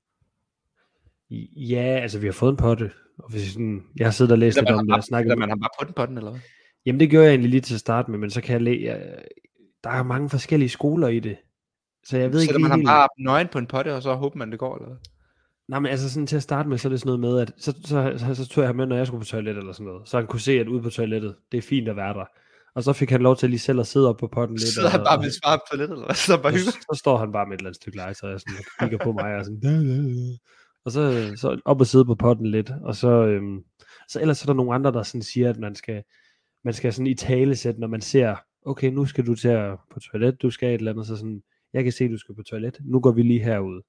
Ja, altså vi har fået en potte, og hvis sådan, jeg har siddet og læst lidt om det og snakket. Man har bare på den potten, eller hvad? Jamen det gjorde jeg egentlig lige til at starte med, men så kan jeg læ- jeg, der er mange forskellige skoler i det, så jeg ved Sætter ikke man helt... har bare nøgen på en potte, og så håber man det går, eller hvad? Nej, men altså sådan til at starte med, så er det sådan noget med, at så, så, så, så tog jeg ham med, når jeg skulle på toilet eller sådan noget, så han kunne se, at ude på toilettet, det er fint at være der. Og så fik han lov til lige selv at sidde op på potten lidt. Så han bare med svare på toilettet, eller hvad? Så, bare så, så står han bare med et eller andet stykke legetøj, og jeg sådan, kigger på mig, og sådan... Og så, så op og sidde på potten lidt, og så, øhm, så ellers så er der nogle andre, der sådan siger, at man skal, man skal sådan i tale sætte, når man ser, okay, nu skal du til at på toilet, du skal et eller andet, så sådan, jeg kan se, at du skal på toilet, nu går vi lige herud.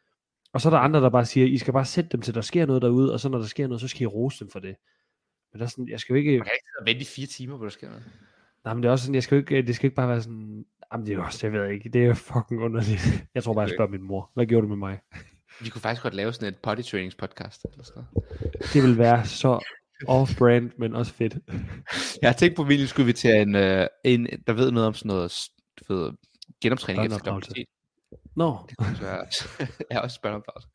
Og så er der andre, der bare siger, I skal bare sætte dem til, der sker noget derude, og så når der sker noget, så skal I rose dem for det. Men der er sådan, jeg skal jo ikke... Man kan ikke vente i fire timer, hvor der sker noget. Nej, men det er også sådan, jeg skal jo ikke, det skal ikke bare være sådan, jamen det er også, jeg ved ikke, det er fucking underligt. Jeg tror bare, jeg spørger min mor, hvad gjorde du med mig? Vi kunne faktisk godt lave sådan et potty trainings podcast eller sådan noget. Det vil være så off-brand, men også fedt. Jeg har tænkt på, at vi skulle invitere en, uh, en, der ved noget om sådan noget, du ved, genoptræning efter graviditet. Nå. No. Det kunne være, jeg har også børneopdragelse.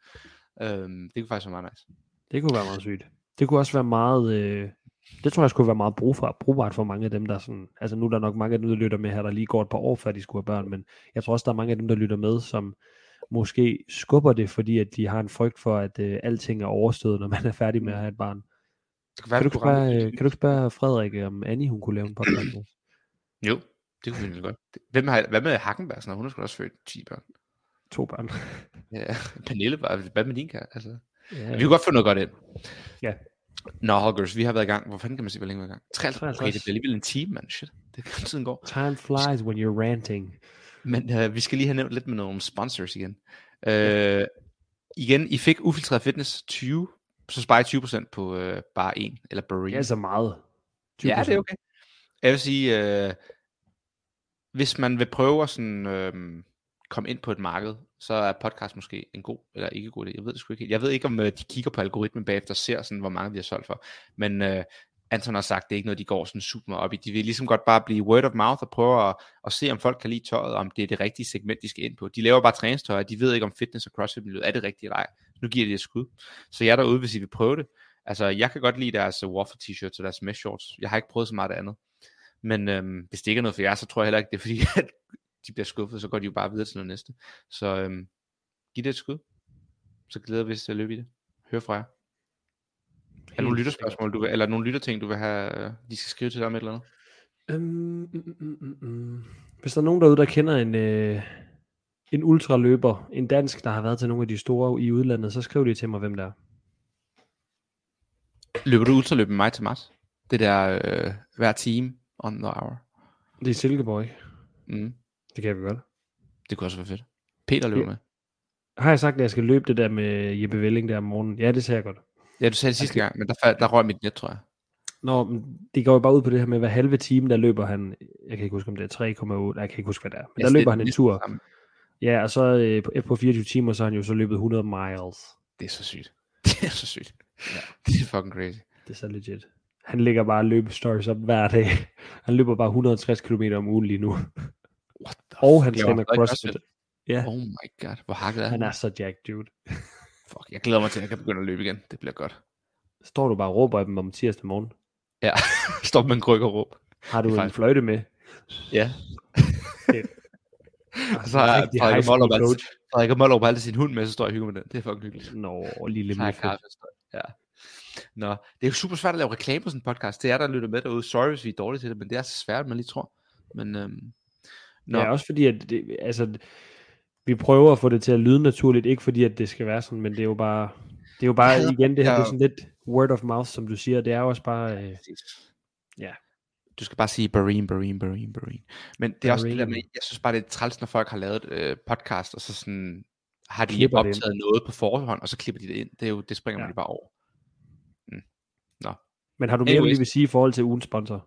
Um, det kunne faktisk være meget nice. Det kunne være meget sygt. Det kunne også være meget, øh, det tror jeg skulle være meget brugbart, brugbart for mange af dem, der sådan, altså nu er der nok mange af dem, der lytter med her, der lige går et par år, før de skulle have børn, men jeg tror også, der er mange af dem, der lytter med, som måske skubber det, fordi at de har en frygt for, at øh, alting er overstået, når man er færdig med at have et barn. Det kan, være, kan, du spørge, øh, kan du ikke spørge Frederik, om Annie, hun kunne lave en podcast med? Jo, det kunne vi godt. Hvem har, hvad med Hackenberg? Hun har sgu også født ti børn. To børn. Ja, Pernille, hvad med din kære? Altså, ja, vi kan godt få noget godt ind. Ja. Nå, Holgers, vi har været i gang. Hvor fanden kan man sige, hvor længe vi er i gang? treoghalvtreds. Okay, det bliver alligevel en time, man. Shit, det kan tiden går. Time flies when you're ranting. Men uh, vi skal lige have nævnt lidt med nogle sponsors igen. Uh, igen, I fik Ufiltreret Fitness tyve, så sparer I tyve procent på uh, bare en, eller Barine. Ja, så meget. tyve procent. Ja, det er okay. Jeg vil sige, uh, hvis man vil prøve at sådan, uh, komme ind på et marked, så er podcast måske en god, eller ikke god idé. Jeg ved det sgu ikke. Jeg ved ikke, om uh, de kigger på algoritmen bagefter og ser, sådan, hvor mange de har solgt for. Men uh, Anton har sagt, det er ikke noget, de går sådan super op i. De vil ligesom godt bare blive word of mouth og prøve at, at se, om folk kan lide tøjet, om det er det rigtige segment, de skal ind på. De laver bare træningstøj, de ved ikke, om fitness og crossfit-miljøet er det rigtige eller ej. Nu giver de et skud. Så jeg er derude, hvis I vil prøve det. Altså, jeg kan godt lide deres waffle t-shirts og deres mesh shorts. Jeg har ikke prøvet så meget af andet. Men øhm, hvis det ikke er noget for jer, så tror jeg heller ikke, det er fordi, at de bliver skuffet, så går de jo bare videre til noget næste. Så øhm, giv det et skud. Så glæder vi os til at løbe i det. Hør fra jer. Er der nogle lytterspørgsmål, du vil, eller nogle lytterting, du vil have, de skal skrive til dig om et eller andet? Um, mm, mm, mm, mm. Hvis der er nogen derude, der kender en, øh, en ultraløber, en dansk, der har været til nogle af de store i udlandet, så skriv lige til mig, hvem der er. Løber du ultraløb med mig til Mars? Det der øh, hver time on the hour. Det er Silkeborg. Mm. Det kan vi godt. Det kunne også være fedt. Peter løber Ja. med. Har jeg sagt, at jeg skal løbe det der med Jeppe Velling der om morgenen? Ja, det sagde jeg godt. Ja, du sagde det sidste gang, men der, fald, der røg mit net, tror jeg. Nå, men det går jo bare ud på det her med, hver halve time, der løber han, jeg kan ikke huske, om det er tre komma otte, jeg kan ikke huske, hvad det er, men der løber han en tur. Sammen. Ja, og så øh, på, på fireogtyve timer, så har han jo så løbet hundrede miles. Det er så sygt. Det er så sygt. Ja. Det er fucking crazy. Det er så legit. Han ligger bare løbestories op hver dag. Han løber bare et hundrede og tres kilometer om ugen lige nu. What the Og han fuck? træner Laver CrossFit. Ja, Oh my god, hvor hakket er han han? er så jacked, dude. Fuck, jeg glæder mig til, at jeg kan begynde at løbe igen. Det bliver godt. Står du bare og råber af dem om tirsdag morgen? Ja, stop med en kryg og råb. Har du Det er en faktisk- fløjte med? Ja. Og Altså, så har rigtig Frederik high school Mollerup altid, coach. Frederik Mollerup altid sin hund med, så står jeg og hygger med den. Det er fucking hyggeligt. Nå, lille Så har jeg Miffel. kaffe. Ja. Nå, det er jo super svært at lave reklame på sådan en podcast. Det er der, der lytter med derude. Sorry, hvis vi er dårlige til det, men det er så svært, man lige tror. Men, øhm, nå. Ja, også fordi, at det, altså, vi prøver at få det til at lyde naturligt, ikke fordi, at det skal være sådan, men det er jo bare, det er jo bare Jeg havde- igen, det her, jeg- det er sådan lidt word of mouth, som du siger, det er jo også bare, øh, ja. Du skal bare sige Bareen, Bareen, Bareen, Bareen. Men det er også det der Bareen. med, jeg synes bare, det er træls, når folk har lavet øh, podcast, og så sådan, har de Klipper det optaget noget på forhånd, og så klipper de det ind. Det, er jo, det springer Ja. man jo bare over. Mm. Nå. Men har du mere, du Anyways. lige vil sige i forhold til ugens sponsor?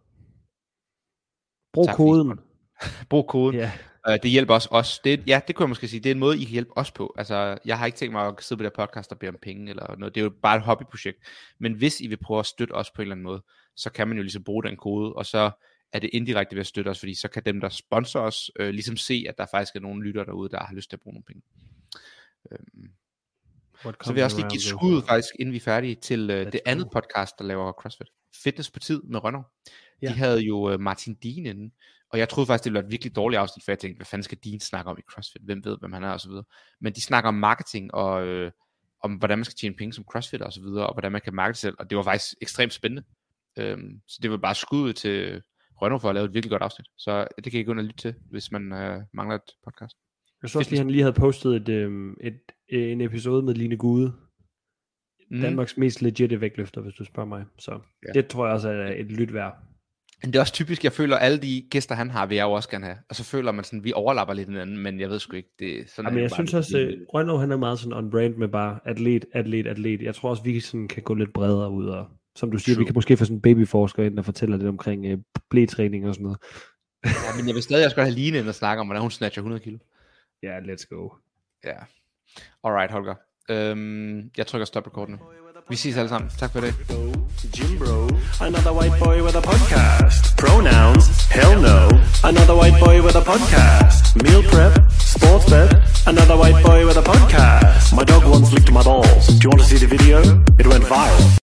Brug Tak fordi I koden. Brug koden. Ja, Uh, det hjælper også os. Det er, ja, det kunne jeg måske sige. Det er en måde, I kan hjælpe os på. Altså, jeg har ikke tænkt mig at sidde på det her podcast og bede om penge eller noget. Det er jo bare et hobbyprojekt. Men hvis I vil prøve at støtte os på en eller anden måde, så kan man jo ligesom bruge den kode, og så er det indirekte ved at støtte os, fordi så kan dem, der sponsorer os, øh, ligesom se, at der faktisk er nogle lyttere derude, der har lyst til at bruge nogle penge. Øhm, så vil jeg også lige give et skud faktisk, inden vi er færdige, til øh, det go. andet podcast, der laver CrossFit. Fitness på tid med Rønner. Ja. De havde jo øh, Martin Dean inden, og jeg troede faktisk, det ville være et virkelig dårligt afsnit, for jeg tænkte, hvad fanden skal Dean snakke om i CrossFit? Hvem ved, hvem han er, og så videre. Men de snakker om marketing, og øh, om hvordan man skal tjene penge som CrossFitter, og så videre, og hvordan man kan markete selv, og det var faktisk ekstremt spændende. Øhm, så det var bare skuddet til Rønner for at lave et virkelig godt afsnit. Så det kan I gå ind og lytte til, hvis man øh, mangler et podcast. Jeg så også lige, han lige havde postet et, øhm, et, en episode med Line Gude. Mm. Danmarks mest legit vægtløfter, hvis du spørger mig. Så Ja. det tror jeg også er et lyt værd. Men det er også typisk, jeg føler, alle de gæster, han har, vil jeg jo også gerne have. Og så føler man sådan, vi overlapper lidt hinanden, men jeg ved sgu ikke, det er sådan. Ja, men er jeg det synes bare. også, at Rønner, han er meget sådan on brand med bare atlet, atlet, atlet. Jeg tror også, vi sådan kan gå lidt bredere ud, og som du siger, True. vi kan måske få sådan en babyforsker ind, der fortæller lidt omkring øh, blætræning og sådan noget. Ja, men jeg vil stadig også godt have Line ind og snakke om, hvordan hun snatcher hundrede kilo. Ja, yeah, let's go. Ja. Alright, Holger. Øhm, jeg trykker stop record nu. Vi ses alle sammen. Tak for det. Jim Bro, another white boy with a podcast. Pronouns, hell no. Another white boy with a podcast. Meal prep, sports bet, another white boy with a podcast. My dog once licked my balls. Do you want to see the video? It went viral.